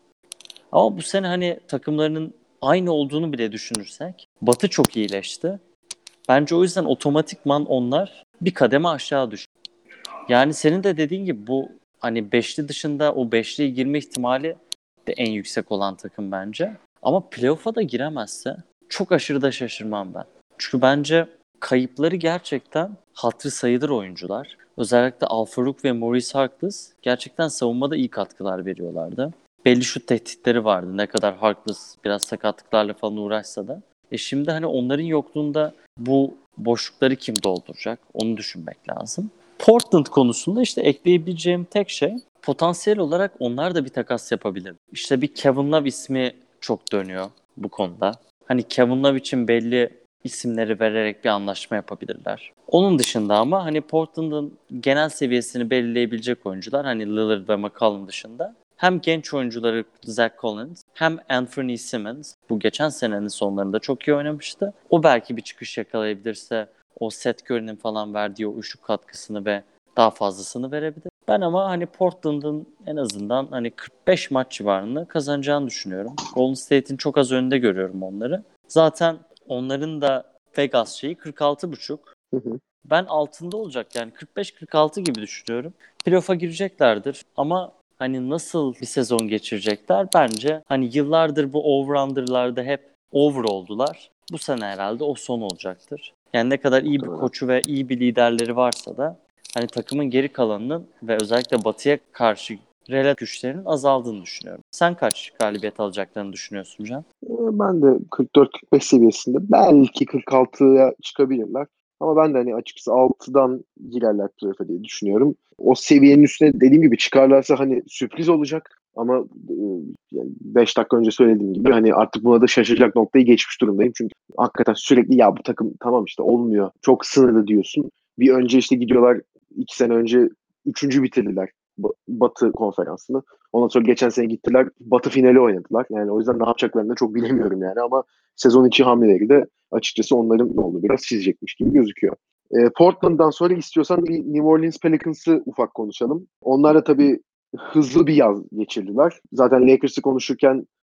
Ama bu sene hani takımlarının aynı olduğunu bile düşünürsek Batı çok iyileşti. Bence o yüzden otomatikman onlar bir kademe aşağı düştü. Yani senin de dediğin gibi bu hani beşli dışında o beşliye girme ihtimali de en yüksek olan takım bence. Ama playoff'a da giremezse çok aşırı da şaşırmam ben. Çünkü bence kayıpları gerçekten hatırı sayılır oyuncular. Özellikle Al-Farouq ve Maurice Harkless gerçekten savunmada iyi katkılar veriyorlardı. Belli şut tehditleri vardı. Ne kadar Harkless biraz sakatlıklarla falan uğraşsa da. E şimdi hani onların yokluğunda bu boşlukları kim dolduracak? Onu düşünmek lazım. Portland konusunda işte ekleyebileceğim tek şey potansiyel olarak onlar da bir takas yapabilir. İşte bir Kevin Love ismi çok dönüyor bu konuda. Hani Kevin Love için belli isimleri vererek bir anlaşma yapabilirler. Onun dışında ama hani Portland'ın genel seviyesini belirleyebilecek oyuncular hani Lillard ve McCollum dışında hem genç oyuncuları Zach Collins hem Anthony Simmons bu geçen senenin sonlarında çok iyi oynamıştı. O belki bir çıkış yakalayabilirse o Seth Curry'nin falan verdiği o üçlük katkısını ve daha fazlasını verebilir. Ben ama hani Portland'ın en azından hani kırk beş maç civarında kazanacağını düşünüyorum. Golden State'in çok az önünde görüyorum onları. Zaten onların da Vegas şeyi kırk altı buçuk. Hı hı. Ben altında olacak yani kırk beş kırk altı gibi düşünüyorum. Playoff'a gireceklerdir ama hani nasıl bir sezon geçirecekler bence hani yıllardır bu over-under'larda hep over oldular. Bu sene herhalde o son olacaktır. Yani ne kadar iyi bir koçu ve iyi bir liderleri varsa da hani takımın geri kalanının ve özellikle Batı'ya karşı relatif güçlerinin azaldığını düşünüyorum. Sen kaç galibiyet alacaklarını düşünüyorsun Can? Ben de kırk dört kırk beş seviyesinde belki kırk altıya çıkabilirler. Ama ben de hani açıkçası altıdan girerler playoff'a diye düşünüyorum. O seviyenin üstüne dediğim gibi çıkarlarsa hani sürpriz olacak. Ama e, yani beş dakika önce söylediğim gibi hani artık buna da şaşıracak noktayı geçmiş durumdayım. Çünkü hakikaten sürekli ya bu takım tamam işte olmuyor. Çok sınırlı diyorsun. Bir önce işte gidiyorlar iki sene önce üçüncü bitirdiler Batı konferansını. Ondan sonra geçen sene gittiler Batı finali oynadılar. Yani o yüzden ne yapacaklarını da çok bilemiyorum yani ama sezon içi hamleleri de açıkçası onların ne oldu biraz çizecekmiş gibi gözüküyor. E, Portland'dan sonra istiyorsan bir New Orleans Pelicans'ı ufak konuşalım. Onlar da tabii hızlı bir yaz geçirdiler. Zaten Lakers'ı konuşurken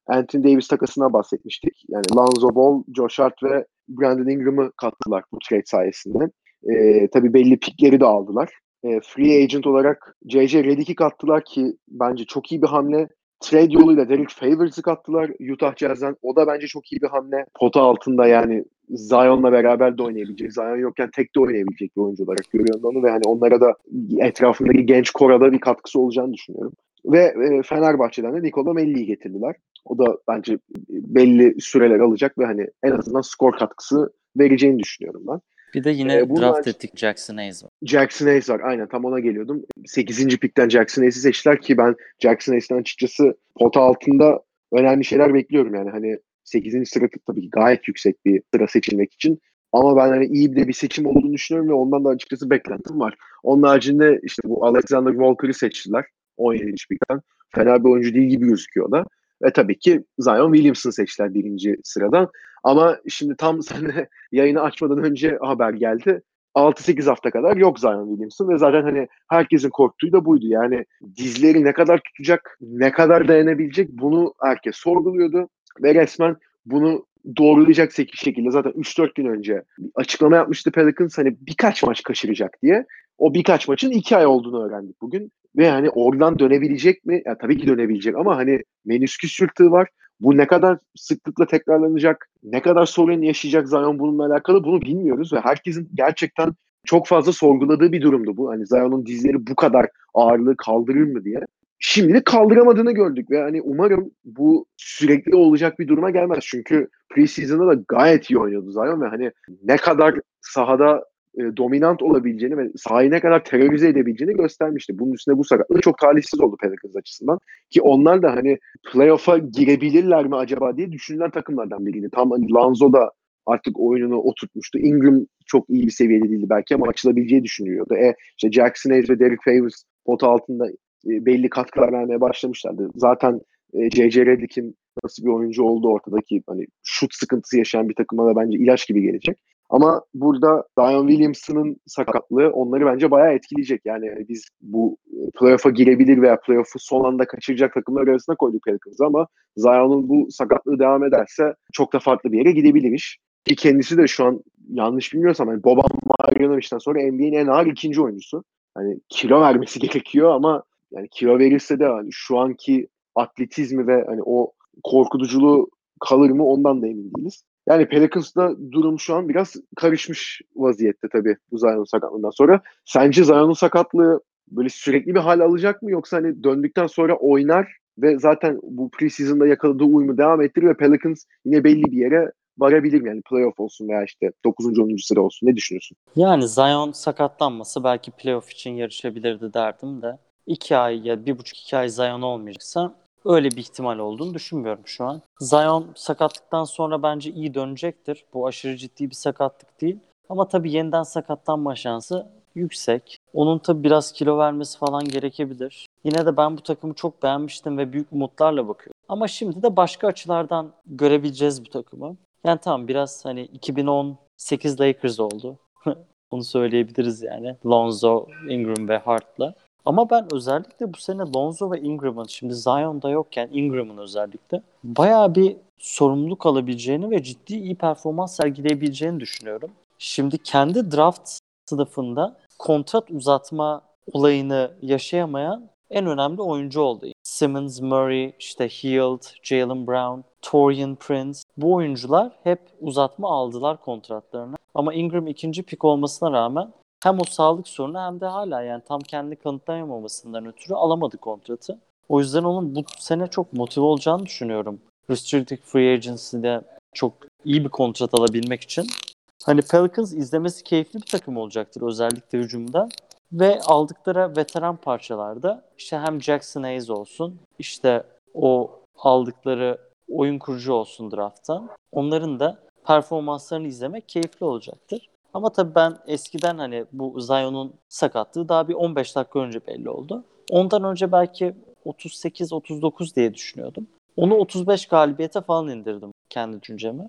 Anthony Davis takasına bahsetmiştik. Yani Lonzo Ball, Josh Hart ve Brandon Ingram'ı kattılar bu trade sayesinde. Ee, tabii belli pikleri de aldılar. Ee, free agent olarak J J Redick'i kattılar ki bence çok iyi bir hamle. Trade yoluyla Derek Favors'ı kattılar Utah Jazz'den. O da bence çok iyi bir hamle. Pota altında yani Zion'la beraber de oynayabilecek. Zion yokken tek de oynayabilecek bir oyuncu olarak görüyorum onu ve hani onlara da etrafındaki genç korada bir katkısı olacağını düşünüyorum. Ve e, Fenerbahçe'den de Nikola Melli'yi getirdiler. O da bence belli süreler alacak ve hani en azından skor katkısı vereceğini düşünüyorum ben. Bir de yine Ee, draft ettik Jackson Hayes var. Jackson Hayes var. Aynen tam ona geliyordum. sekizinci pikten Jackson Hayes'i seçtiler ki ben Jackson Hayes'ten açıkçası pota altında önemli şeyler bekliyorum. Yani hani sekizinci sıra tabii ki gayet yüksek bir sıra seçilmek için. Ama ben hani iyi bir de bir seçim olduğunu düşünüyorum ve ondan da açıkçası beklentim var. Onun haricinde işte bu Alexander Walker'ı seçtiler. on yedinci pikten. Fena bir oyuncu değil gibi gözüküyor da. Ve tabii ki Zion Williamson'ı seçtiler birinci sıradan. Ama şimdi tam seninle yayını açmadan önce haber geldi. altı sekiz hafta kadar yok Zion Williamson ve zaten hani herkesin korktuğu da buydu. Yani dizleri ne kadar tutacak, ne kadar dayanabilecek bunu herkes sorguluyordu ve resmen bunu doğrulayacak şekilde zaten üç dört gün önce açıklama yapmıştı Pelicans hani birkaç maç kaçıracak diye. O birkaç maçın iki ay olduğunu öğrendik bugün. Ve hani oradan dönebilecek mi? Ya tabii ki dönebilecek ama hani menisküs yırtığı var. Bu ne kadar sıklıkla tekrarlanacak, ne kadar sorun yaşayacak Zion bununla alakalı bunu bilmiyoruz ve herkesin gerçekten çok fazla sorguladığı bir durumdu bu. Hani Zion'un dizleri bu kadar ağırlığı kaldırır mı diye. Şimdi kaldıramadığı gördük ve hani umarım bu sürekli olacak bir duruma gelmez. Çünkü preseason'da da gayet iyi oynuyordu Zion ve hani ne kadar sahada e, dominant olabileceğini ve sahayı ne kadar terörize edebileceğini göstermişti. Bunun üstüne bu sakatlığı çok talihsiz oldu Pelicans açısından. Ki onlar da hani playoff'a girebilirler mi acaba diye düşünülen takımlardan biriydi. Tam hani Lonzo da artık oyununu oturtmuştu. Ingram çok iyi bir seviyede değildi belki ama açılabileceği düşünülüyordu. E, işte Jackson Hayes ve Derek Favors pot altında e, belli katkılar vermeye başlamışlardı. Zaten e, J J Redick'in nasıl bir oyuncu olduğu ortadaki hani şut sıkıntısı yaşayan bir takıma da bence ilaç gibi gelecek. Ama burada Zion Williamson'ın sakatlığı onları bence bayağı etkileyecek. Yani biz bu playoff'a girebilir veya playoff'u son anda kaçıracak takımlar arasında koyduk Pelicans'ı ama Zion'un bu sakatlığı devam ederse çok da farklı bir yere gidebilir iş. Ki kendisi de şu an yanlış bilmiyorsam yani Boban Marjanovic'den sonra N B A'nin en ağır ikinci oyuncusu. Hani kilo vermesi gerekiyor ama yani kilo verirse de hani şu anki atletizmi ve hani o korkutuculuğu kalır mı ondan da emin değiliz. Yani Pelicans'da durum şu an biraz karışmış vaziyette tabii bu Zion'un sakatlığından sonra. Sence Zion'un sakatlığı böyle sürekli bir hal alacak mı yoksa hani döndükten sonra oynar ve zaten bu preseason'da yakaladığı uyumu devam ettirir ve Pelicans yine belli bir yere varabilir mi? Yani playoff olsun veya işte dokuzuncu onuncu sıra olsun. Ne düşünüyorsun? Yani Zion sakatlanmasa belki playoff için yarışabilirdi derdim de. iki ay ya bir buçuk iki ay Zion olmayacaksa öyle bir ihtimal olduğunu düşünmüyorum şu an. Zion sakatlıktan sonra bence iyi dönecektir. Bu aşırı ciddi bir sakatlık değil. Ama tabii yeniden sakatlanma şansı yüksek. Onun tabii biraz kilo vermesi falan gerekebilir. Yine de ben bu takımı çok beğenmiştim ve büyük umutlarla bakıyorum. Ama şimdi de başka açılardan görebileceğiz bu takımı. Yani tamam biraz hani iki bin on sekiz Lakers oldu. Onu söyleyebiliriz yani. Lonzo, Ingram ve Hart'la. Ama ben özellikle bu sene Lonzo ve Ingram'ın, şimdi Zion'da yokken Ingram'ın özellikle bayağı bir sorumluluk alabileceğini ve ciddi iyi performans sergileyebileceğini düşünüyorum. Şimdi kendi draft sınıfında kontrat uzatma olayını yaşayamayan en önemli oyuncu oldu. Simmons, Murray, işte Hield, Jaylen Brown, Taurean Prince, bu oyuncular hep uzatma aldılar kontratlarına. Ama Ingram ikinci pik olmasına rağmen hem o sağlık sorunu hem de hala yani tam kendini kanıtlayamamasından ötürü alamadı kontratı. O yüzden onun bu sene çok motive olacağını düşünüyorum. Restricted Free Agency'de çok iyi bir kontrat alabilmek için. Hani Pelicans izlemesi keyifli bir takım olacaktır özellikle hücumda. Ve aldıkları veteran parçalarda işte hem Jackson Hayes olsun, işte o aldıkları oyun kurucu olsun draft'tan. Onların da performanslarını izlemek keyifli olacaktır. Ama tabii ben eskiden hani bu Zion'un sakatlığı daha bir on beş dakika önce belli oldu. Ondan önce belki otuz sekiz otuz dokuz diye düşünüyordum. Onu otuz beş galibiyete falan indirdim kendi düşüncemi.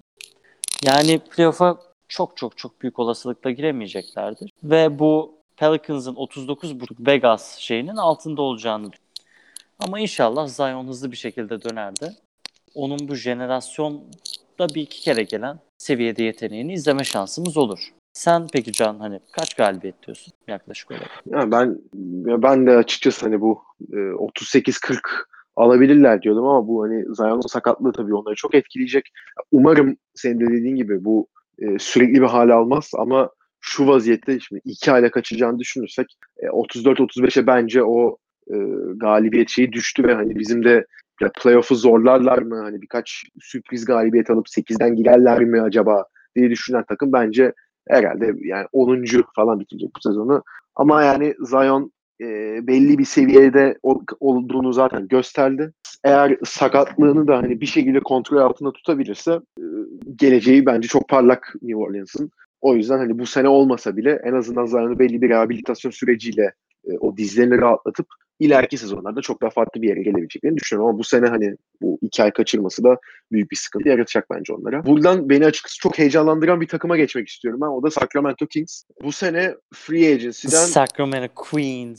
Yani playoff'a çok çok çok büyük olasılıkla giremeyeceklerdir. Ve bu Pelicans'ın otuz dokuz buçuk Vegas şeyinin altında olacağını düşünüyorum. Ama inşallah Zion hızlı bir şekilde döner de onun bu jenerasyonda bir iki kere gelen seviyede yeteneğini izleme şansımız olur. Sen peki Can hani kaç galibiyet diyorsun yaklaşık olarak? Ya ben ya ben de açıkçası hani bu e, otuz sekiz kırk alabilirler diyordum ama bu hani Zion'un sakatlığı tabii onları çok etkileyecek. Umarım senin de dediğin gibi bu e, sürekli bir hale almaz ama şu vaziyette şimdi iki ayla kaçacağını düşünürsek e, otuz dört otuz beşe bence o e, galibiyet şeyi düştü ve hani bizim de ya playoff'u zorlarlar mı? Hani birkaç sürpriz galibiyet alıp sekizden girerler mi acaba diye düşünen takım bence herhalde yani onuncu falan bitirecek bu sezonu. Ama yani Zion e, belli bir seviyede ol, olduğunu zaten gösterdi. Eğer sakatlığını da hani bir şekilde kontrol altında tutabilirse e, geleceği bence çok parlak New Orleans'ın. O yüzden hani bu sene olmasa bile en azından Zion'u belli bir rehabilitasyon süreciyle e, o dizlerini rahatlatıp ileriki sezonlarda çok daha farklı bir yere gelebileceklerini düşünüyorum. Ama bu sene hani bu iki ay kaçırması da büyük bir sıkıntı yaratacak bence onlara. Buradan beni açıkçası çok heyecanlandıran bir takıma geçmek istiyorum ben. O da Sacramento Kings. Bu sene free agency'den Sacramento Queens.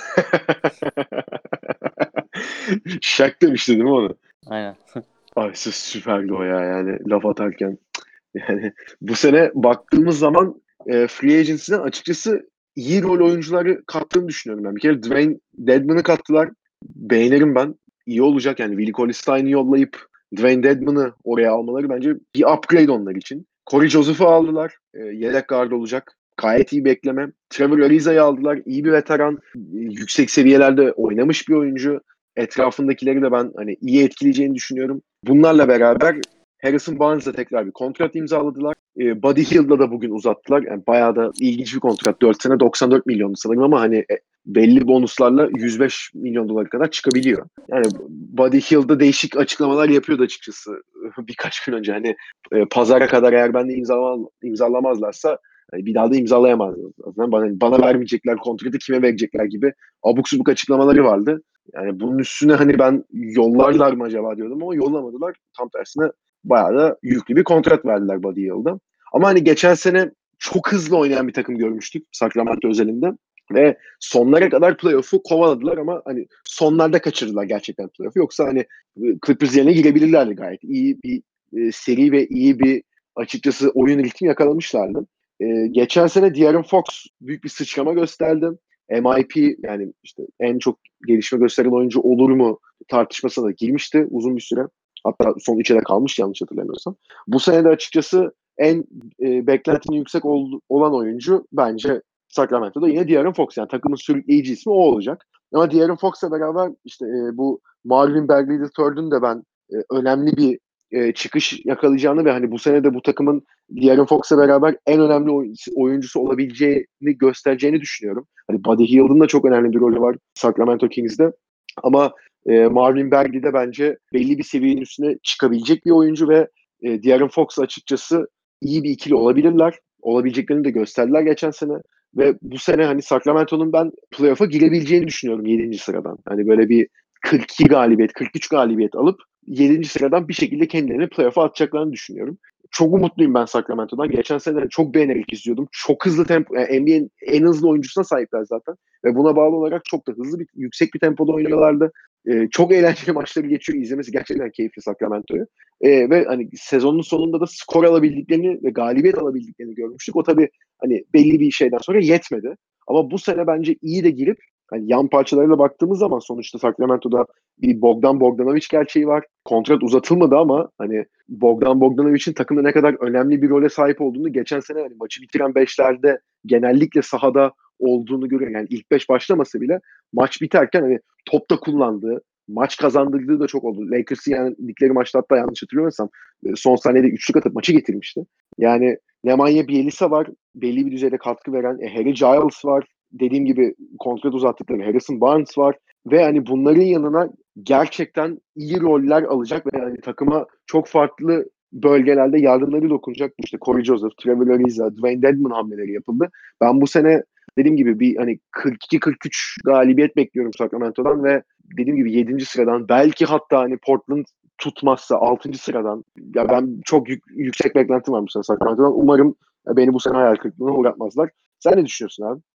Shaq demişti değil mi onu? Aynen. Ay süperdi o ya yani laf atarken. Yani bu sene baktığımız zaman e, free agency'den açıkçası iyi rol oyuncuları kattığını düşünüyorum ben. Bir kere Dwayne Dedman'ı kattılar. Beğenirim ben. İyi olacak yani. Willie Cauley-Stein'i yollayıp Dwayne Dedman'ı oraya almaları bence bir upgrade onlar için. Corey Joseph'u aldılar. E, yedek guard olacak. Gayet iyi bekleme. Trevor Ariza'yı aldılar. İyi bir veteran. E, yüksek seviyelerde oynamış bir oyuncu. Etrafındakileri de ben hani iyi etkileyeceğini düşünüyorum. Bunlarla beraber Harrison Barnes'la tekrar bir kontrat imzaladılar. E, Buddy Hield'la da bugün uzattılar. Yani bayağı da ilginç bir kontrat. dört sene doksan dört milyon sanırım ama hani e, belli bonuslarla yüz beş milyon dolar kadar çıkabiliyor. Yani Buddy Hield'da değişik açıklamalar yapıyordu açıkçası birkaç gün önce. Hani e, pazara kadar eğer ben de imzalamaz, imzalamazlarsa hani bir daha da imzalayamazlar. Bana, bana vermeyecekler kontratı kime verecekler gibi abuk subuk açıklamaları vardı. Yani bunun üstüne hani ben yollarlar mı acaba diyordum ama yollamadılar. Tam tersine bayağı da yüklü bir kontrat verdiler Buddy Hield'a. Ama hani geçen sene çok hızlı oynayan bir takım görmüştük Sacramento özelinde. Ve sonlara kadar playoff'u kovaladılar ama hani sonlarda kaçırdılar gerçekten playoff'u. Yoksa hani Clippers yerine girebilirlerdi gayet. İyi bir e, seri ve iyi bir açıkçası oyun ritmi yakalamışlardı. E, geçen sene De'Aaron Fox büyük bir sıçrama gösterdi. M I P yani işte en çok gelişme gösteren oyuncu olur mu tartışmasına da girmişti uzun bir süre. Hatta son üçe de kalmış yanlış hatırlamıyorsam. Bu sene de açıkçası en e, beklentinin yüksek ol, olan oyuncu bence Sacramento'da yine De'Aaron Fox. Yani takımın sürükleyici ismi o olacak. Ama De'Aaron Fox'la beraber işte e, bu Marvin Bagley the third'ün de ben e, önemli bir e, çıkış yakalayacağını ve hani bu sene de bu takımın De'Aaron Fox'la beraber en önemli oy- oyuncusu olabileceğini göstereceğini düşünüyorum. Hani Buddy Hield'ın da çok önemli bir rolü var Sacramento Kings'de. Ama e, Marvin Bagley de bence belli bir seviyenin üstüne çıkabilecek bir oyuncu ve e, De'Aaron Fox açıkçası iyi bir ikili olabilirler. Olabileceklerini de gösterdiler geçen sene. Ve bu sene hani Sacramento'nun ben playoff'a girebileceğini düşünüyorum yedinci sıradan. Hani böyle bir kırk iki galibiyet, kırk üç galibiyet alıp yedinci sıradan bir şekilde kendilerini playoff'a atacaklarını düşünüyorum. Çok umutluyum ben Sacramento'dan. Geçen sene çok beğenerek izliyordum. Çok hızlı tempo, yani N B A'nin en hızlı oyuncusuna sahipler zaten. Ve buna bağlı olarak çok da hızlı bir, yüksek bir tempoda oynuyorlardı. Ee, çok eğlenceli maçları geçiyor. İzlemesi gerçekten keyifli Sacramento'yu. Ee, ve hani sezonun sonunda da skor alabildiklerini ve galibiyet alabildiklerini görmüştük. O tabii hani belli bir şeyden sonra yetmedi. Ama bu sene bence iyi de girip hani yan parçalarıyla baktığımız zaman sonuçta Sacramento'da bir Bogdan Bogdanovic gerçeği var. Kontrat uzatılmadı ama hani Bogdan Bogdanovic'in takımda ne kadar önemli bir role sahip olduğunu geçen sene hani maçı bitiren beşlerde genellikle sahada olduğunu görüyorum. Yani ilk beş başlamasa bile maç biterken hani topta kullandığı, maç kazandırdığı da çok oldu. Lakers'ı yendikleri maçta hatta yanlış hatırlamıyorsam son saniyede üçlük atıp maçı getirmişti. Yani Nemanja Bjelica var. Belli bir düzeyde katkı veren. E, Harry Giles var. Dediğim gibi kontrat uzattıkları Harrison Barnes var. Ve hani bunların yanına gerçekten iyi roller alacak ve yani takıma çok farklı bölgelerde yardımları dokunacak. İşte Corey Joseph, Trevor Ariza, Dwayne Dedman hamleleri yapıldı. Ben bu sene dediğim gibi bir hani kırk iki kırk üç galibiyet bekliyorum Sacramento'dan ve dediğim gibi yedinci sıradan belki hatta hani Portland tutmazsa altıncı sıradan ya ben çok yük, yüksek beklentim var bu sene Sacramento'dan. Umarım beni bu sene hayal kırıklığına uğratmazlar. Sen ne düşünüyorsun abi?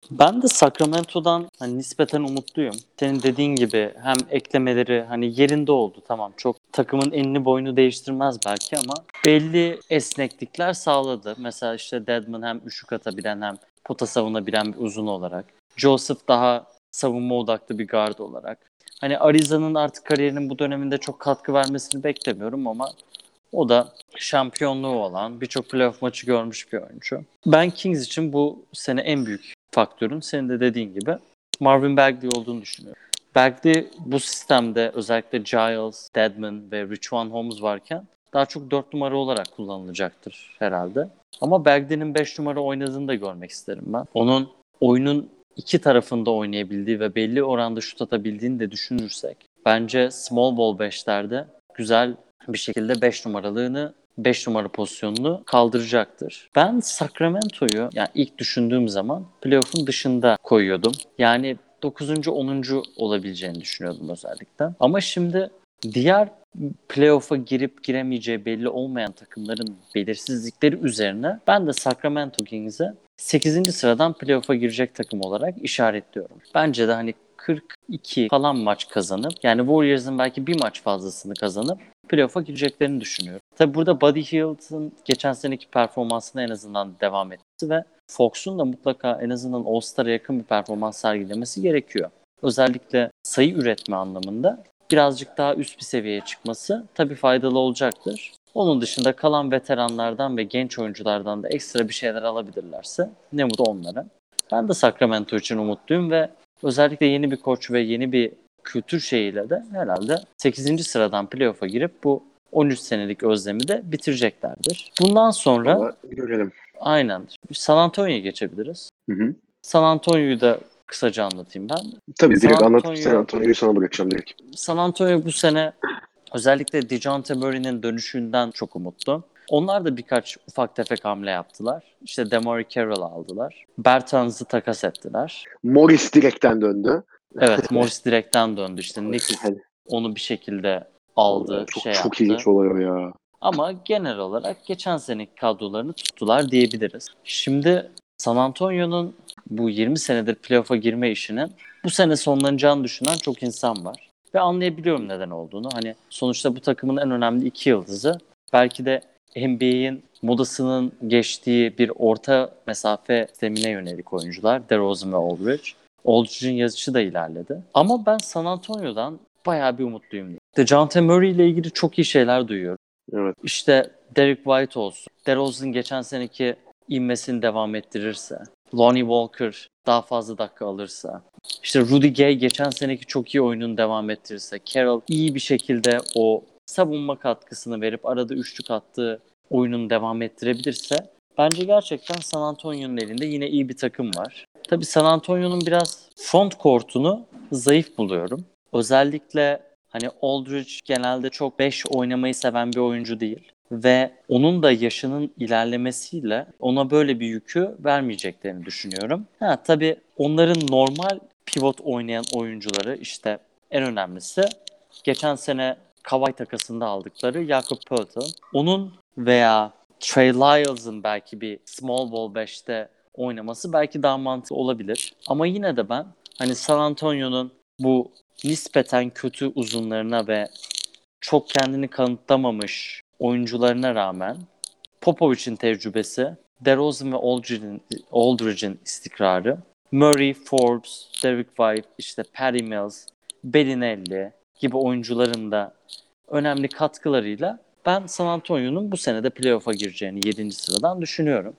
Ben de Sacramento'dan hani nispeten umutluyum. Senin dediğin gibi hem eklemeleri hani yerinde oldu, tamam, çok takımın enini boyunu değiştirmez belki ama belli esneklikler sağladı. Mesela işte Dedmon hem üçlük atabilen hem pota savunabilen bir uzun olarak. Joseph daha savunma odaklı bir guard olarak. Hani Ariza'nın artık kariyerinin bu döneminde çok katkı vermesini beklemiyorum ama o da şampiyonluğu olan, birçok playoff maçı görmüş bir oyuncu. Ben Kings için bu sene en büyük faktörün senin de dediğin gibi Marvin Bagley olduğunu düşünüyorum. Bagley bu sistemde özellikle Giles, Dedmon ve Richaun Holmes varken daha çok dört numara olarak kullanılacaktır herhalde. Ama Bagley'nin beş numara oynadığını da görmek isterim ben. Onun oyunun iki tarafında oynayabildiği ve belli oranda şut atabildiğini de düşünürsek bence small ball beşlerde güzel bir şekilde beş numaralığını, beş numara pozisyonunu kaldıracaktır. Ben Sacramento'yu yani ilk düşündüğüm zaman playoff'un dışında koyuyordum. Yani dokuzuncu onuncu olabileceğini düşünüyordum özellikle. Ama şimdi diğer playoff'a girip giremeyeceği belli olmayan takımların belirsizlikleri üzerine ben de Sacramento Kings'e sekizinci sıradan playoff'a girecek takım olarak işaretliyorum. Bence de hani kırk iki falan maç kazanıp yani Warriors'ın belki bir maç fazlasını kazanıp playoff'a gireceklerini düşünüyorum. Tabi burada Buddy Hield'ın geçen seneki performansına en azından devam etmesi ve Fox'un da mutlaka en azından All-Star'a yakın bir performans sergilemesi gerekiyor. Özellikle sayı üretme anlamında birazcık daha üst bir seviyeye çıkması tabii faydalı olacaktır. Onun dışında kalan veteranlardan ve genç oyunculardan da ekstra bir şeyler alabilirlerse ne mutlu onlara. Ben de Sacramento için umutluyum ve özellikle yeni bir koç ve yeni bir kültür şeyiyle de herhalde sekizinci sıradan playoff'a girip bu on üç senelik özlemi de bitireceklerdir. Bundan sonra Valla görelim. aynen San Antonio'ya geçebiliriz. Hı hı. San Antonio'yu da kısaca anlatayım ben. Tabii San direkt anlat. Antonio- San Antonio'yu sana bırakacağım direkt. San Antonio bu sene özellikle DeJounte Murray'nin dönüşünden çok umutlu. Onlar da birkaç ufak tefek hamle yaptılar. İşte DeMarre Carroll'ı aldılar. Bertans'ı takas ettiler. Morris direkten döndü. Evet, Morris direkten döndü. İşte Knicks Hani, onu bir şekilde vallahi aldı, çok şey çok yaptı. ilginç oluyor ya. Ama genel olarak geçen seneki kadrolarını tuttular diyebiliriz. Şimdi San Antonio'nun bu yirmi senedir playoff'a girme işinin bu sene sonlanacağını düşünen çok insan var. Ve anlayabiliyorum neden olduğunu. Hani sonuçta bu takımın en önemli iki yıldızı belki de N B A'in modasının geçtiği bir orta mesafe sistemine yönelik oyuncular. DeRozan ve Aldridge. Aldridge'in yazışı da ilerledi. Ama ben San Antonio'dan bayağı bir umutluyum. DeJounte Murray ile ilgili çok iyi şeyler duyuyorum. Evet. İşte Derek White olsun. DeRozan geçen seneki inmesini devam ettirirse. Lonnie Walker daha fazla dakika alırsa. İşte Rudy Gay geçen seneki çok iyi oyununu devam ettirirse. Carroll iyi bir şekilde o savunma katkısını verip arada üçlük attığı oyununu devam ettirebilirse bence gerçekten San Antonio'nun elinde yine iyi bir takım var. Tabii San Antonio'nun biraz front court'unu zayıf buluyorum. Özellikle hani Aldridge genelde çok beş oynamayı seven bir oyuncu değil. Ve onun da yaşının ilerlemesiyle ona böyle bir yükü vermeyeceklerini düşünüyorum. Ha tabii onların normal pivot oynayan oyuncuları işte en önemlisi geçen sene Kawhi takasında aldıkları Jakob Poeltl. Onun veya Trey Lyles'ın belki bir small ball beşte oynaması belki daha mantıklı olabilir. Ama yine de ben hani San Antonio'nun bu nispeten kötü uzunlarına ve çok kendini kanıtlamamış oyuncularına rağmen Popovic'in tecrübesi, DeRozan ve Aldridge'in, Aldridge'in istikrarı, Murray, Forbes, Derek White, işte Patty Mills, Bellinelli gibi oyuncuların da önemli katkılarıyla ben San Antonio'nun bu sene de playoff'a gireceğini yedinci sıradan düşünüyorum.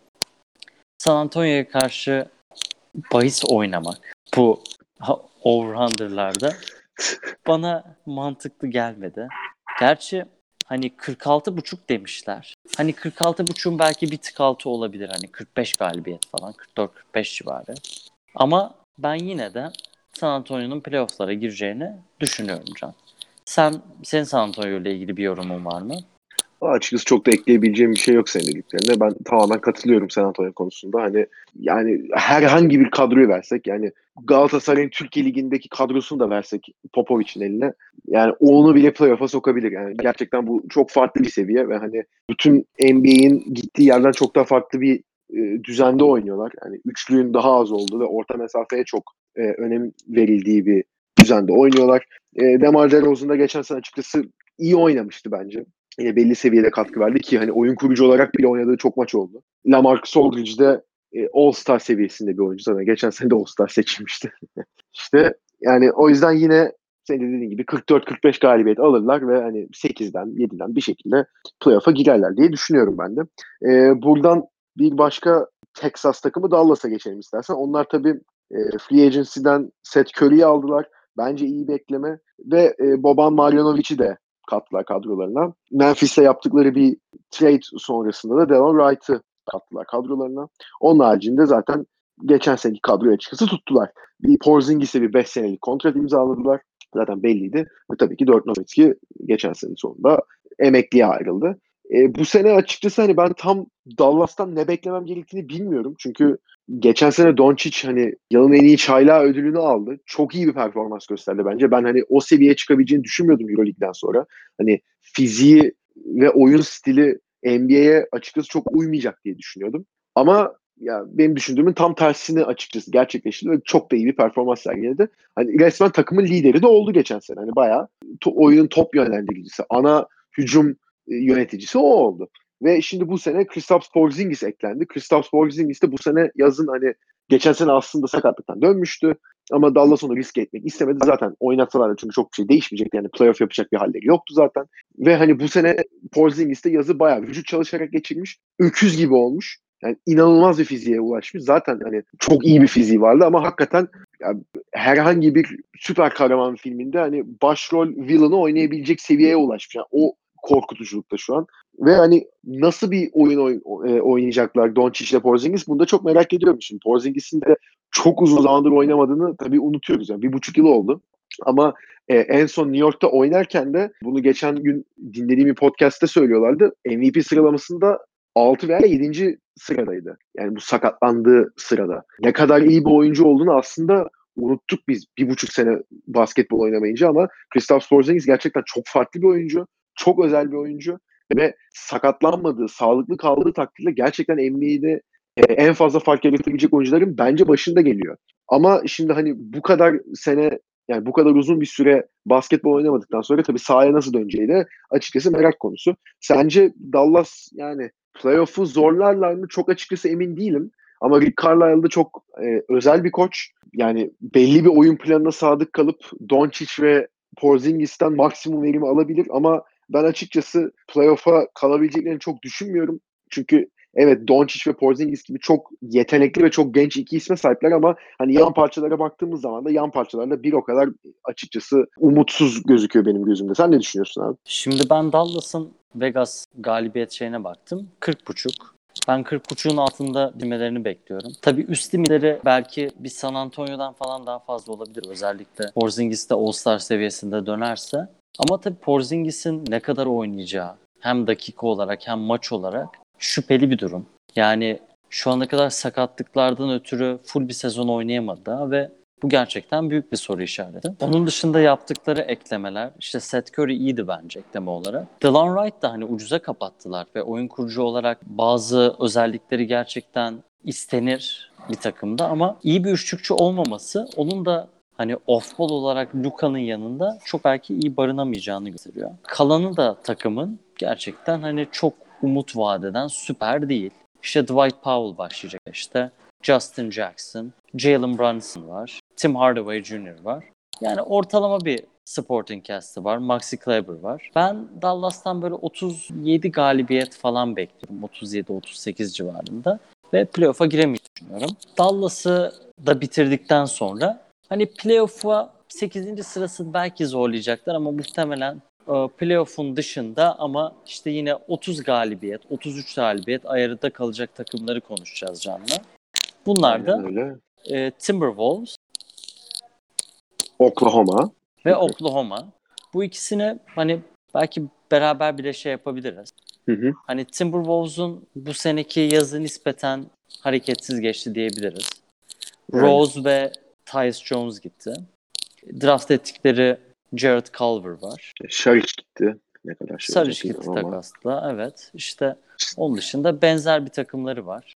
San Antonio'ya karşı bahis oynamak bu over-under'larda bana mantıklı gelmedi. Gerçi hani kırk altı buçuk demişler. Hani kırk altı buçuğun belki bir tık altı olabilir. Hani kırk beş galibiyet falan. kırk dört kırk beş civarı. Ama ben yine de San Antonio'nun playoff'lara gireceğini düşünüyorum Can. Sen, senin San Antonio ile ilgili bir yorumun var mı? Açıkçası çok da ekleyebileceğim bir şey yok senin dediklerine. Ben tamamen katılıyorum San Antonio konusunda. Hani yani herhangi bir kadroyu versek yani Galatasaray'ın Türkiye Ligi'ndeki kadrosunu da versek Popovic'in eline yani onu bile playoff'a sokabilir. Yani gerçekten bu çok farklı bir seviye ve hani bütün N B A'in gittiği yerden çok daha farklı bir e, düzende oynuyorlar. Yani üçlüğün daha az olduğu ve orta mesafeye çok e, önem verildiği bir düzende oynuyorlar. E, DeMar DeRozan da geçen sene açıkçası iyi oynamıştı bence. Yine belli seviyede katkı verdi ki hani oyun kurucu olarak bile oynadığı çok maç oldu. LaMarcus Aldridge de e, All-Star seviyesinde bir oyuncu zaten. Geçen sene de All-Star seçilmişti. İşte yani o yüzden yine senin de dediğin gibi kırk dört kırk beş galibiyet alırlar ve hani sekizden yediden bir şekilde playoff'a girerler diye düşünüyorum ben de. Ee, buradan bir başka Texas takımı Dallas'a geçelim istersen. Onlar tabii e, Free Agency'den Seth Curry'i aldılar. Bence iyi bekleme. Ve e, Boban Marjanovic'i de kattılar kadrolarına. Memphis'le yaptıkları bir trade sonrasında da Delon Wright'ı kattılar kadrolarına. Onun haricinde zaten geçen seneki kadroya açıkçası tuttular. Bir Porzingis'e bir beş senelik kontrat imzaladılar. Zaten belliydi. Ve tabii ki Dirk Nowitzki geçen sene sonunda emekliye ayrıldı. E, bu sene açıkçası hani ben tam Dallas'tan ne beklemem gerektiğini bilmiyorum. Çünkü geçen sene Doncic hani yılın en iyi çaylağı ödülünü aldı. Çok iyi bir performans gösterdi bence. Ben hani o seviyeye çıkabileceğini düşünmüyordum EuroLeague'den sonra. Hani fiziği ve oyun stili N B A'ye açıkçası çok uymayacak diye düşünüyordum. Ama ya benim düşündüğümün tam tersini açıkçası gerçekleştirdi ve çok da iyi bir performans sergiledi. Hani resmen takımın lideri de oldu geçen sene. Hani bayağı to- oyunun top yönlendiricisi, ana hücum e, yöneticisi o oldu. Ve şimdi bu sene Kristaps Porzingis eklendi. Kristaps Porzingis de bu sene yazın hani geçen sene aslında sakatlıktan dönmüştü. Ama Dallas onu risk etmek istemedi. Zaten oynatsalar da çünkü çok bir şey değişmeyecekti. Yani playoff yapacak bir halleri yoktu zaten. Ve hani bu sene Porzingis de yazı bayağı vücut çalışarak geçirmiş. Öküz gibi olmuş. Yani inanılmaz bir fiziğe ulaşmış. Zaten hani çok iyi bir fiziği vardı ama hakikaten yani herhangi bir süper kahraman filminde hani başrol villain'ı oynayabilecek seviyeye ulaşmış. Yani o korkutuculukta şu an. Ve hani nasıl bir oyun oy- e, oynayacaklar Doncic ile Porzingis bunu da çok merak ediyorum. Şimdi Porzingis'in de çok uzun zamandır oynamadığını tabii unutuyoruz. Yani bir buçuk yıl oldu. Ama e, en son New York'ta oynarken de bunu geçen gün dinlediğim bir podcast'te söylüyorlardı. M V P sıralamasında altı veya yedinci sıradaydı. Yani bu sakatlandığı sırada. Ne kadar iyi bir oyuncu olduğunu aslında unuttuk biz bir buçuk sene basketbol oynamayınca ama Kristaps Porzingis gerçekten çok farklı bir oyuncu. Çok özel bir oyuncu ve sakatlanmadığı, sağlıklı kaldığı takdirde gerçekten N B A'de e, en fazla fark yaratabilecek oyuncuların bence başında geliyor. Ama şimdi hani bu kadar sene yani bu kadar uzun bir süre basketbol oynamadıktan sonra tabii sahaya nasıl döneceği de açıkçası merak konusu. Sence Dallas yani playoff'u zorlarlar mı? Çok açıkçası emin değilim. Ama Rick Carlisle da çok e, özel bir koç. Yani belli bir oyun planına sadık kalıp Doncic ve Porzingis'ten maksimum verimi alabilir ama ben açıkçası playoff'a kalabileceklerini çok düşünmüyorum. Çünkü evet Doncic ve Porzingis gibi çok yetenekli ve çok genç iki isme sahipler ama hani yan parçalara baktığımız zaman da yan parçalarla bir o kadar açıkçası umutsuz gözüküyor benim gözümde. Sen ne düşünüyorsun abi? Şimdi ben Dallas'ın Vegas galibiyet şeyine baktım. kırk buçuk. Ben kırk buçuğun altında bilmelerini bekliyorum. Tabii üst limitleri belki bir San Antonio'dan falan daha fazla olabilir. Özellikle Porzingis de All-Star seviyesinde dönerse. Ama tabii Porzingis'in ne kadar oynayacağı hem dakika olarak hem maç olarak şüpheli bir durum. Yani şu ana kadar sakatlıklardan ötürü full bir sezon oynayamadı daha ve bu gerçekten büyük bir soru işareti. Onun dışında yaptıkları eklemeler, işte Seth Curry iyiydi bence ekleme olarak. Delon Wright da hani ucuza kapattılar ve oyun kurucu olarak bazı özellikleri gerçekten istenir bir takımda ama iyi bir üçlükçü olmaması onun da hani off-ball olarak Luka'nın yanında çok belki iyi barınamayacağını gösteriyor. Kalanı da takımın gerçekten hani çok umut vadeden süper değil. İşte Dwight Powell başlayacak işte. Justin Jackson, Jalen Brunson var. Tim Hardaway Junior var. Yani ortalama bir supporting cast'ı var. Maxi Kleber var. Ben Dallas'tan böyle otuz yedi galibiyet falan bekliyorum. otuz yedi otuz sekiz civarında. Ve playoff'a giremeyeceğini düşünüyorum. Dallas'ı da bitirdikten sonra hani playoff'a sekizinci sırası belki zorlayacaklar ama muhtemelen e, playoff'un dışında ama işte yine otuz galibiyet, otuz üç galibiyet ayarında kalacak takımları konuşacağız Can'la. Bunlar Aynen da öyle. e, Timberwolves Oklahoma. ve Oklahoma. Bu ikisini hani belki beraber bile şey yapabiliriz. Hı hı. Hani Timberwolves'un bu seneki yazı nispeten hareketsiz geçti diyebiliriz. Aynen. Rose ve Tyus Jones gitti. Draft ettikleri Jared Culver var. Şaric gitti. Ne kadar şey olacak Saric gitti bilmiyorum ama. takasla. Evet. İşte onun dışında benzer bir takımları var.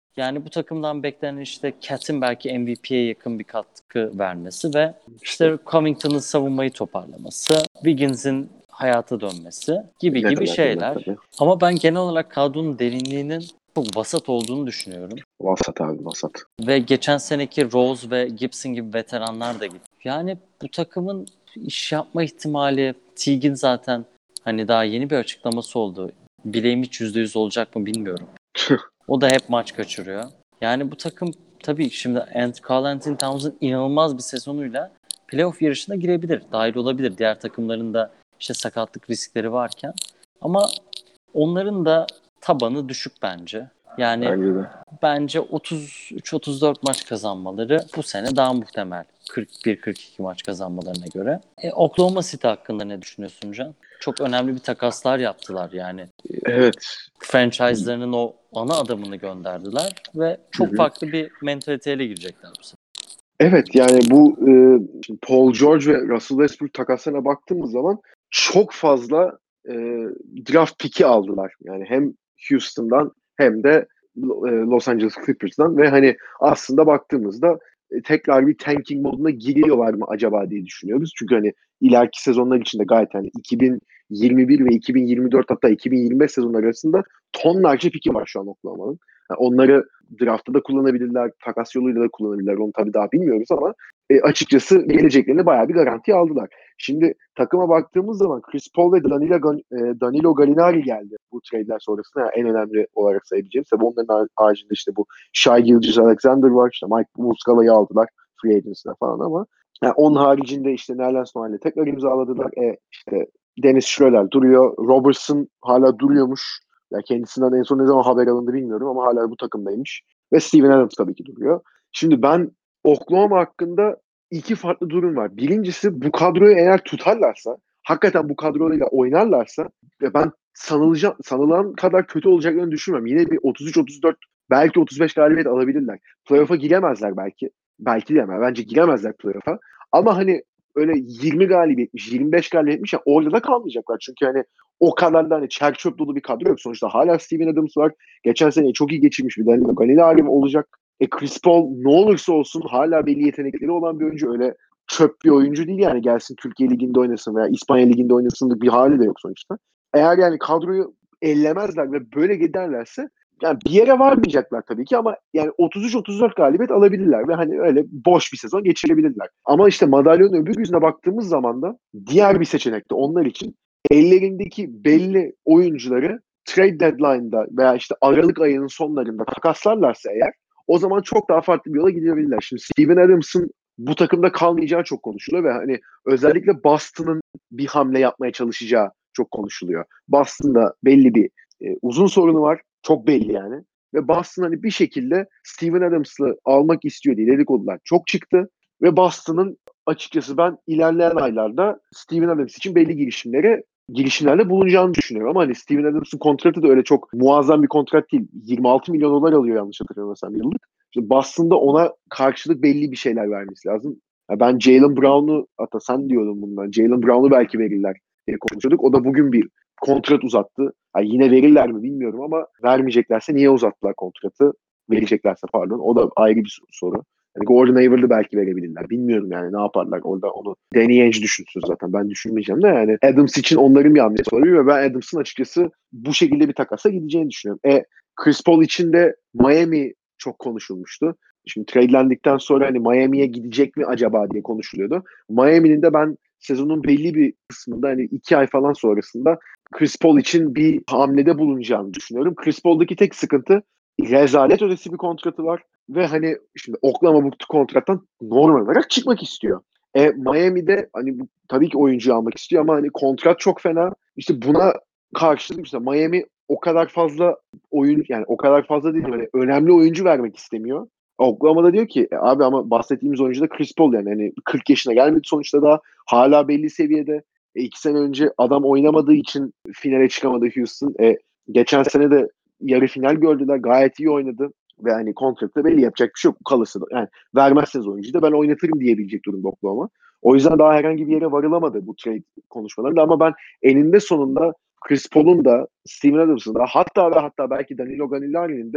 Yani bu takımdan beklenen işte Cat'in belki M V P'ye yakın bir katkı vermesi ve işte Covington'ın savunmayı toparlaması, Wiggins'in hayata dönmesi gibi Ne gibi kadar döner şeyler. tabii. Ama ben genel olarak kadronun derinliğinin çok vasat olduğunu düşünüyorum. Vasat abi vasat. Ve geçen seneki Rose ve Gibson gibi veteranlar da gitti. Yani bu takımın iş yapma ihtimali, Teague'in zaten hani daha yeni bir açıklaması oldu. Bileğim hiç yüzde yüz olacak mı bilmiyorum. O da hep maç kaçırıyor. Yani bu takım tabii şimdi Karl Anthony Towns'un inanılmaz bir sezonuyla playoff yarışına girebilir. Dahil olabilir. Diğer takımların da işte sakatlık riskleri varken. Ama onların da tabanı düşük bence. Yani Bence de. bence otuz üç otuz dört maç kazanmaları bu sene daha muhtemel. kırk bir kırk iki maç kazanmalarına göre. E, Oklahoma City hakkında ne düşünüyorsun Can? Çok önemli bir takaslar yaptılar yani. Evet. Franchise'larının o ana adamını gönderdiler ve çok Hı hı. farklı bir mentaliteyle girecekler bu sene. Evet yani bu e, şimdi Paul George ve Russell Westbrook takaslarına baktığımız zaman çok fazla e, draft pick'i aldılar. Yani hem Houston'dan hem de e, Los Angeles Clippers'dan ve hani aslında baktığımızda e, tekrar bir tanking moduna giriyorlar mı acaba diye düşünüyoruz. Çünkü hani ileriki sezonlar içinde gayet hani iki bin yirmi bir ve iki bin yirmi dört hatta iki bin yirmi beş sezonları arasında tonlarca pick'i var şu an Oklahoma'nın. Yani onları draftta da kullanabilirler, takas yoluyla da kullanabilirler. Onu tabii daha bilmiyoruz ama e, açıkçası geleceklerini bayağı bir garanti aldılar. Şimdi takıma baktığımız zaman Chris Paul ve Danilo, e, Danilo Gallinari geldi bu trade'ler sonrasında. Yani en önemli olarak sayabileceğim. Tabii onların haricinde işte bu Shai Gilgeous-Alexander var. İşte Mike Muscala'yı aldılar free agency'ne falan ama yani onun haricinde işte Nerlens Noel'le tekrar imzaladılar. E, işte Dennis Schroeder duruyor. Robertson hala duruyormuş. Ya kendisinden en son ne zaman haber alındı bilmiyorum ama hala bu takımdaymış. Ve Steven Adams tabii ki duruyor. Şimdi ben Oklahoma hakkında iki farklı durum var. Birincisi bu kadroyu eğer tutarlarsa, hakikaten bu kadroyla oynarlarsa ve ben sanılacak, sanılan kadar kötü olacaklarını düşünmüyorum. Yine bir otuz üç otuz dört belki otuz beş galibiyet alabilirler. Playoff'a giremezler belki. Belki de ama bence giremezler playoff'a. Ama hani öyle yirmi galibiyetmiş, yirmi beş galibiyetmiş yani orada da kalmayacaklar. Çünkü hani o kadar da hani çer çöp dolu bir kadro yok. Sonuçta hala Steven Adams var. Geçen sene çok iyi geçirmiş bir Danilo Gallinari olacak. E Chris Paul ne olursa olsun hala belli yetenekleri olan bir oyuncu. Öyle çöp bir oyuncu değil yani. Gelsin Türkiye Ligi'nde oynasın veya İspanya Ligi'nde oynasınlık bir hali de yok sonuçta. Eğer yani kadroyu ellemezler ve böyle giderlerse yani bir yere varmayacaklar tabii ki ama yani otuz üç otuz dört galibiyet alabilirler ve hani öyle boş bir sezon geçirebilirler. Ama işte madalyonun öbür yüzüne baktığımız zaman da diğer bir seçenek de onlar için ellerindeki belli oyuncuları trade deadline'da veya işte Aralık ayının sonlarında takaslarlarsa eğer o zaman çok daha farklı bir yola gidebilirler. Şimdi Steven Adams'ın bu takımda kalmayacağı çok konuşuluyor ve hani özellikle Boston'ın bir hamle yapmaya çalışacağı çok konuşuluyor. Boston'da belli bir e, uzun sorunu var. Çok belli yani. Ve Boston hani bir şekilde Steven Adams'ı almak istiyor diye dedikodular çok çıktı. Ve Boston'ın açıkçası ben ilerleyen aylarda Steven Adams için belli girişimlere girişimlerde bulunacağını düşünüyorum. Ama hani Steven Adams'ın kontratı da öyle çok muazzam bir kontrat değil. yirmi altı milyon dolar alıyor yanlış hatırlamıyorsam yıllık. İşte Boston'da ona karşılık belli bir şeyler vermesi lazım. Ya ben Jaylen Brown'u hatta sen diyordun bundan. Jaylen Brown'u belki verirler diye konuşuyorduk. O da bugün bir kontrat uzattı. Yani yine verirler mi bilmiyorum ama vermeyeceklerse niye uzattılar kontratı? Vereceklerse pardon. O da ayrı bir soru. Yani Gordon Hayward'ı belki verebilirler. Bilmiyorum yani ne yaparlar orada onu. Danny Ainge düşünsün zaten. Ben düşünmeyeceğim de yani Adams için onların bir hamlesi olabilir ve ben Adams'ın açıkçası bu şekilde bir takasa gideceğini düşünüyorum. E Chris Paul için de Miami çok konuşulmuştu. Şimdi tradelendikten sonra hani Miami'ye gidecek mi acaba diye konuşuluyordu. Miami'nin de ben sezonun belli bir kısmında hani iki ay falan sonrasında Chris Paul için bir hamlede bulunacağını düşünüyorum. Chris Paul'daki tek sıkıntı rezalet ötesi bir kontratı var. Ve hani şimdi Oklahoma bu kontrattan normal olarak çıkmak istiyor. E Miami'de hani bu, tabii ki oyuncuyu almak istiyor ama hani kontrat çok fena. İşte buna karşılık işte Miami o kadar fazla oyun yani o kadar fazla değil hani önemli oyuncu vermek istemiyor. Oklahoma'da diyor ki e, abi ama bahsettiğimiz oyuncu da Chris Paul yani hani kırk yaşına gelmedi sonuçta daha hala belli seviyede. E, iki sene önce adam oynamadığı için finale çıkamadı Houston. E, geçen sene de yarı final gördüler. Gayet iyi oynadı. Ve hani kontratı belli yapacak bir şey yok. Kalırsa da yani vermezseniz oyuncuyu da ben oynatırım diyebilecek durumda Oklahoma. O yüzden daha herhangi bir yere varılamadı bu trade konuşmalarında ama ben eninde sonunda Chris Paul'un da Steven Adams'ın da hatta ve hatta belki Danilo Gallinari'nin de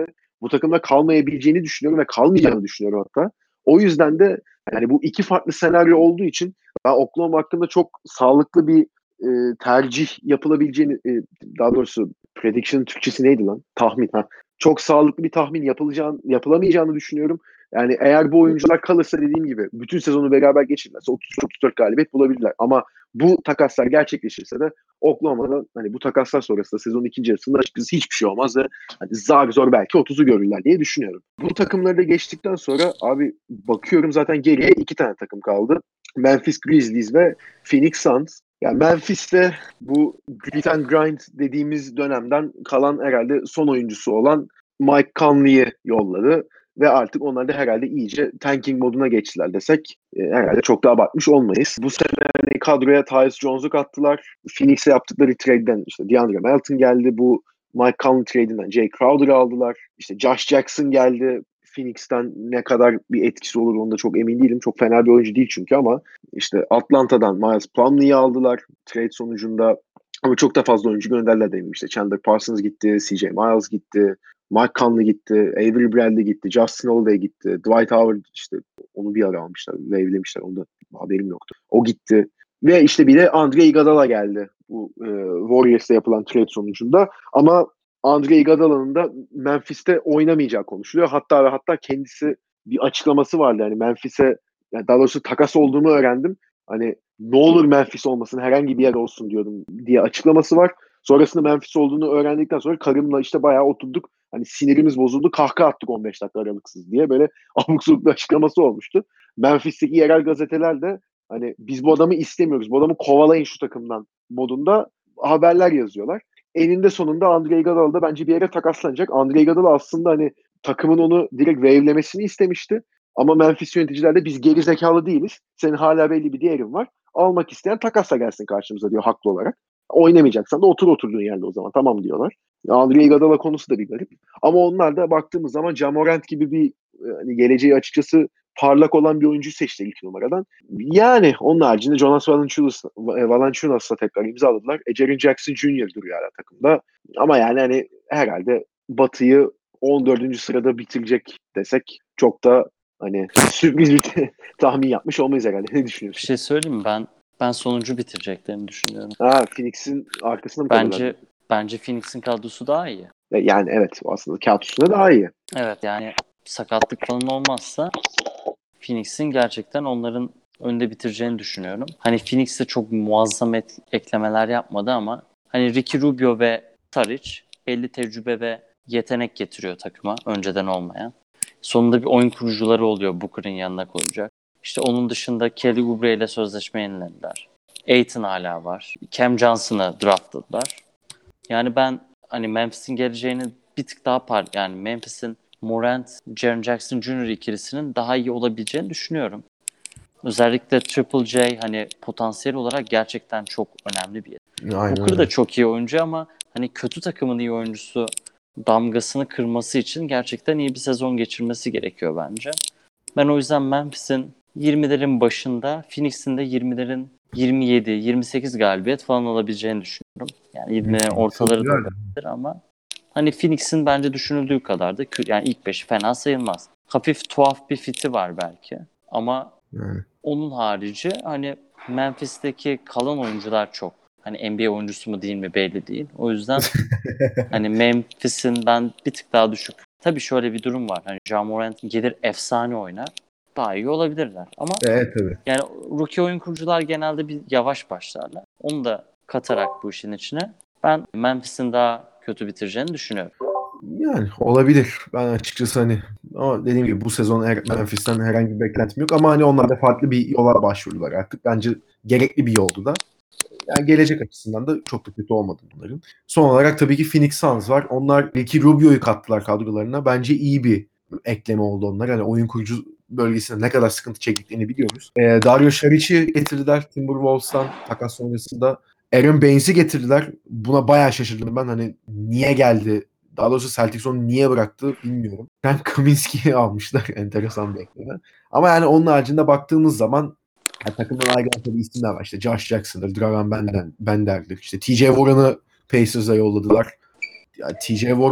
bu takımda kalmayabileceğini düşünüyorum ve kalmayacağını düşünüyorum hatta. O yüzden de yani bu iki farklı senaryo olduğu için ben Oklahoma hakkında çok sağlıklı bir e, tercih yapılabileceğini, e, daha doğrusu prediction Türkçesi neydi lan? Tahmin ha. Çok sağlıklı bir tahmin yapılacağını, yapılamayacağını düşünüyorum. Yani eğer bu oyuncular kalırsa dediğim gibi bütün sezonu beraber geçirmezse otuz otuz dört galibiyet bulabilirler. Ama bu takaslar gerçekleşirse de Oklahoma'da hani bu takaslar sonrasında sezonun ikinci yarısında açıkçası hiçbir şey olmaz ve hani zar zor belki otuzu görürler diye düşünüyorum. Bu takımları da geçtikten sonra abi bakıyorum zaten geriye iki tane takım kaldı. Memphis Grizzlies ve Phoenix Suns. Yani Memphis'te bu grit and grind dediğimiz dönemden kalan herhalde son oyuncusu olan Mike Conley'i yolladı. Ve artık onlar da herhalde iyice tanking moduna geçtiler desek e, herhalde çok da abartmış olmayız. Bu sene hani kadroya Tyus Jones'u kattılar. Phoenix'e yaptıkları trade'den işte DeAndre Melton geldi. Bu Mike Conley trade'inden Jay Crowder'ı aldılar. İşte Josh Jackson geldi. Phoenix'ten ne kadar bir etkisi olur onda çok emin değilim. Çok fena bir oyuncu değil çünkü ama işte Atlanta'dan Miles Plumlee'yi aldılar trade sonucunda. Ama çok da fazla oyuncu gönderdiler dedim. İşte Chandler Parsons gitti, C J Miles gitti. Mike Conley gitti, Avery Bradley gitti, Justin Holiday gitti, Dwight Howard işte onu bir ara almışlar, wave'lemişler, onda haberim yoktu. O gitti. Ve işte bir de Andre Iguodala geldi bu e, Warriors'ta yapılan trade sonucunda. Ama Andre Iguodala'nın da Memphis'te oynamayacağı konuşuluyor. Hatta ve hatta kendisi bir açıklaması vardı. Yani Memphis'e, yani daha doğrusu takas olduğumu öğrendim. Hani ne olur Memphis olmasın, herhangi bir yer olsun diyordum diye açıklaması var. Sonrasında Memphis olduğunu öğrendikten sonra karımla işte bayağı oturduk. Hani sinirimiz bozuldu. Kahkaha attık on beş dakika aralıksız diye. Böyle abuk sabuk bir açıklaması olmuştu. Memphis'teki yerel gazeteler de hani biz bu adamı istemiyoruz. Bu adamı kovalayın şu takımdan modunda haberler yazıyorlar. Eninde sonunda Andre Iguodala da bence bir yere takaslanacak. Andre Iguodala aslında hani takımın onu direkt wave'lemesini istemişti. Ama Memphis yöneticiler de biz geri zekalı değiliz. Senin hala belli bir değerin var. Almak isteyen takasla gelsin karşımıza diyor haklı olarak. Oynamayacaksan da otur oturduğun yerde o zaman. Tamam diyorlar. Andre Iguodala konusu da bir garip. Ama onlar da baktığımız zaman Ja Morant gibi bir hani geleceği açıkçası parlak olan bir oyuncu seçti ilk numaradan. Yani onun haricinde Jonas Valanciunas, Valanciunas'la tekrar imzaladılar. E, Jaren Jackson Junior duruyor hala takımda. Ama yani hani herhalde Batı'yı on dördüncü sırada bitirecek desek çok da hani sürpriz bir tahmin yapmış olmayız herhalde. Ne Bir düşünüyorsun? şey söyleyeyim mi? Ben ben sonuncu bitireceklerini düşünüyorum. Ha, Phoenix'in arkasında mı kalırlar? Bence bence Phoenix'in kadrosu daha iyi. Yani evet, aslında kağıt üstünde daha iyi. Evet, yani sakatlık falan olmazsa Phoenix'in gerçekten onların önde bitireceğini düşünüyorum. Hani Phoenix de çok muazzam et, eklemeler yapmadı ama hani Ricky Rubio ve Saric belli tecrübe ve yetenek getiriyor takıma önceden olmayan. Sonunda bir oyun kurucuları oluyor Booker'ın yanına koyacak. İşte onun dışında Kelly Oubre ile sözleşme yenilediler. Ayton hala var. Cam Johnson'ı draftladılar. Yani ben hani Memphis'in geleceğini bir tık daha par yani Memphis'in Morant, Jaren Jackson Junior ikilisinin daha iyi olabileceğini düşünüyorum. Özellikle Triple J hani potansiyel olarak gerçekten çok önemli bir yer. Aynen Booker da öyle. çok iyi oyuncu ama hani kötü takımın iyi oyuncusu damgasını kırması için gerçekten iyi bir sezon geçirmesi gerekiyor bence. Ben o yüzden Memphis'in yirmilerin başında, Phoenix'in de yirmilerin yirmi yedi yirmi sekiz galibiyet falan alabileceğini düşünüyorum. Yani yirmilerin ortaları da olabilir ama hani Phoenix'in bence düşünüldüğü kadar da kö- yani ilk beşi fena sayılmaz. Hafif tuhaf bir fiti var belki ama Yani. onun harici hani Memphis'teki kalan oyuncular çok. Hani N B A oyuncusu mu değil mi belli değil. O yüzden hani Memphis'in ben bir tık daha düşük. Tabii şöyle bir durum var. Hani Ja Morant gelir efsane oynar. Daha iyi olabilirler. Ama Evet tabii. yani rookie oyun kurucular genelde bir yavaş başlarlar. Onu da katarak bu işin içine ben Memphis'in daha kötü bitireceğini düşünüyorum. Yani olabilir. Ben açıkçası hani ama dediğim gibi bu sezon her, Memphis'ten herhangi bir beklentim yok ama hani onlar da farklı bir yola başvurdular artık. Bence gerekli bir yoldu da. Yani gelecek açısından da çok da kötü olmadı bunların. Son olarak tabii ki Phoenix Suns var. Onlar Ricky Rubio'yu kattılar kadrolarına. Bence iyi bir ekleme oldu onlar. Hani oyun kurucu bölgesinde ne kadar sıkıntı çektiklerini biliyoruz. Ee, Dario Saric'i getirdiler Timberwolves'tan takas sonrasında. Aaron Baines'i getirdiler. Buna bayağı şaşırdım ben. Hani niye geldi? Daha doğrusu Celtics onu niye bıraktı bilmiyorum. Ben Kaminsky'yi almışlar. Enteresan bir ekleme. Ama yani onun haricinde baktığımız zaman yani takımdan ayrılan tabii isimler var. İşte Josh Jackson'dır, Dragan Bender, Bender'dir. İşte T J Warren'ı Pacers'a yolladılar. Yani T J Warren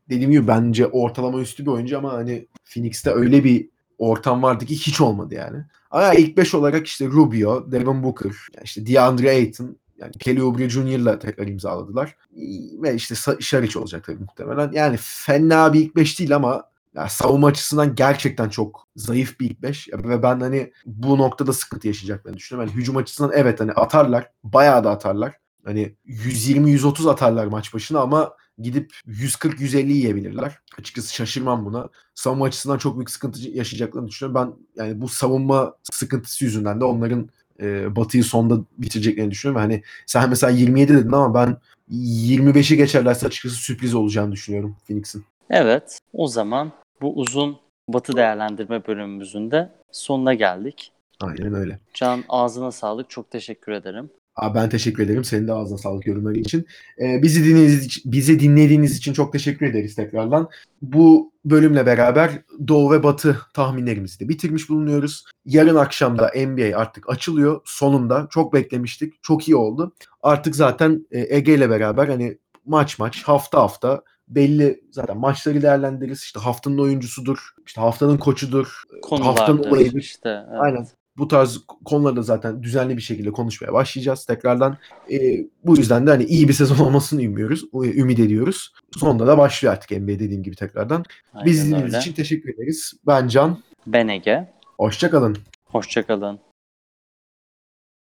dediğim gibi bence ortalama üstü bir oyuncu ama hani Phoenix'te öyle bir ortam vardı ki hiç olmadı yani. Ama ilk beş olarak işte Rubio, Devin Booker, yani işte DeAndre Ayton, yani Kelly Oubre Junior'la tekrar imzaladılar. Ve işte Şariç olacak tabii muhtemelen. Yani fena bir ilk beş değil ama ya savunma açısından gerçekten çok zayıf bir ilk beş. Ve ben hani bu noktada sıkıntı yaşayacaklarını düşünüyorum. Yani hücum açısından evet hani atarlar. Bayağı da atarlar. Hani yüz yirmi yüz otuz atarlar maç başına ama gidip yüz kırk yüz elli yiyebilirler. Açıkçası şaşırmam buna. Savunma açısından çok büyük sıkıntı yaşayacaklarını düşünüyorum. Ben yani bu savunma sıkıntısı yüzünden de onların e, Batı'yı sonda bitireceklerini düşünüyorum. Hani sen mesela yirmi yedi dedin ama ben yirmi beşi geçerlerse açıkçası sürpriz olacağını düşünüyorum Phoenix'in. Evet, o zaman bu uzun Batı değerlendirme bölümümüzün de sonuna geldik. Aynen öyle. Can, ağzına sağlık. Çok teşekkür ederim. Abi ben teşekkür ederim. Senin de ağzına sağlık yorumları için. Ee, bizi dinlediğiniz için, bizi dinlediğiniz için çok teşekkür ederiz tekrardan. Bu bölümle beraber Doğu ve Batı tahminlerimizi de bitirmiş bulunuyoruz. Yarın akşam da N B A artık açılıyor. Sonunda çok beklemiştik. Çok iyi oldu. Artık zaten e, Ege ile beraber hani maç maç, hafta hafta belli zaten maçları değerlendiririz. İşte haftanın oyuncusudur, işte haftanın koçudur, haftanın Konulardır olayıdır. işte. Evet. Aynen. Bu tarz konuları da zaten düzenli bir şekilde konuşmaya başlayacağız tekrardan. E, bu yüzden de hani iyi bir sezon olmasını umuyoruz, ümit ediyoruz. Sonunda da başlıyor artık N B A dediğim gibi tekrardan. Aynen Bizi dinlediğiniz öyle. için teşekkür ederiz. Ben Can. Ben Ege. Hoşça kalın. Hoşça kalın.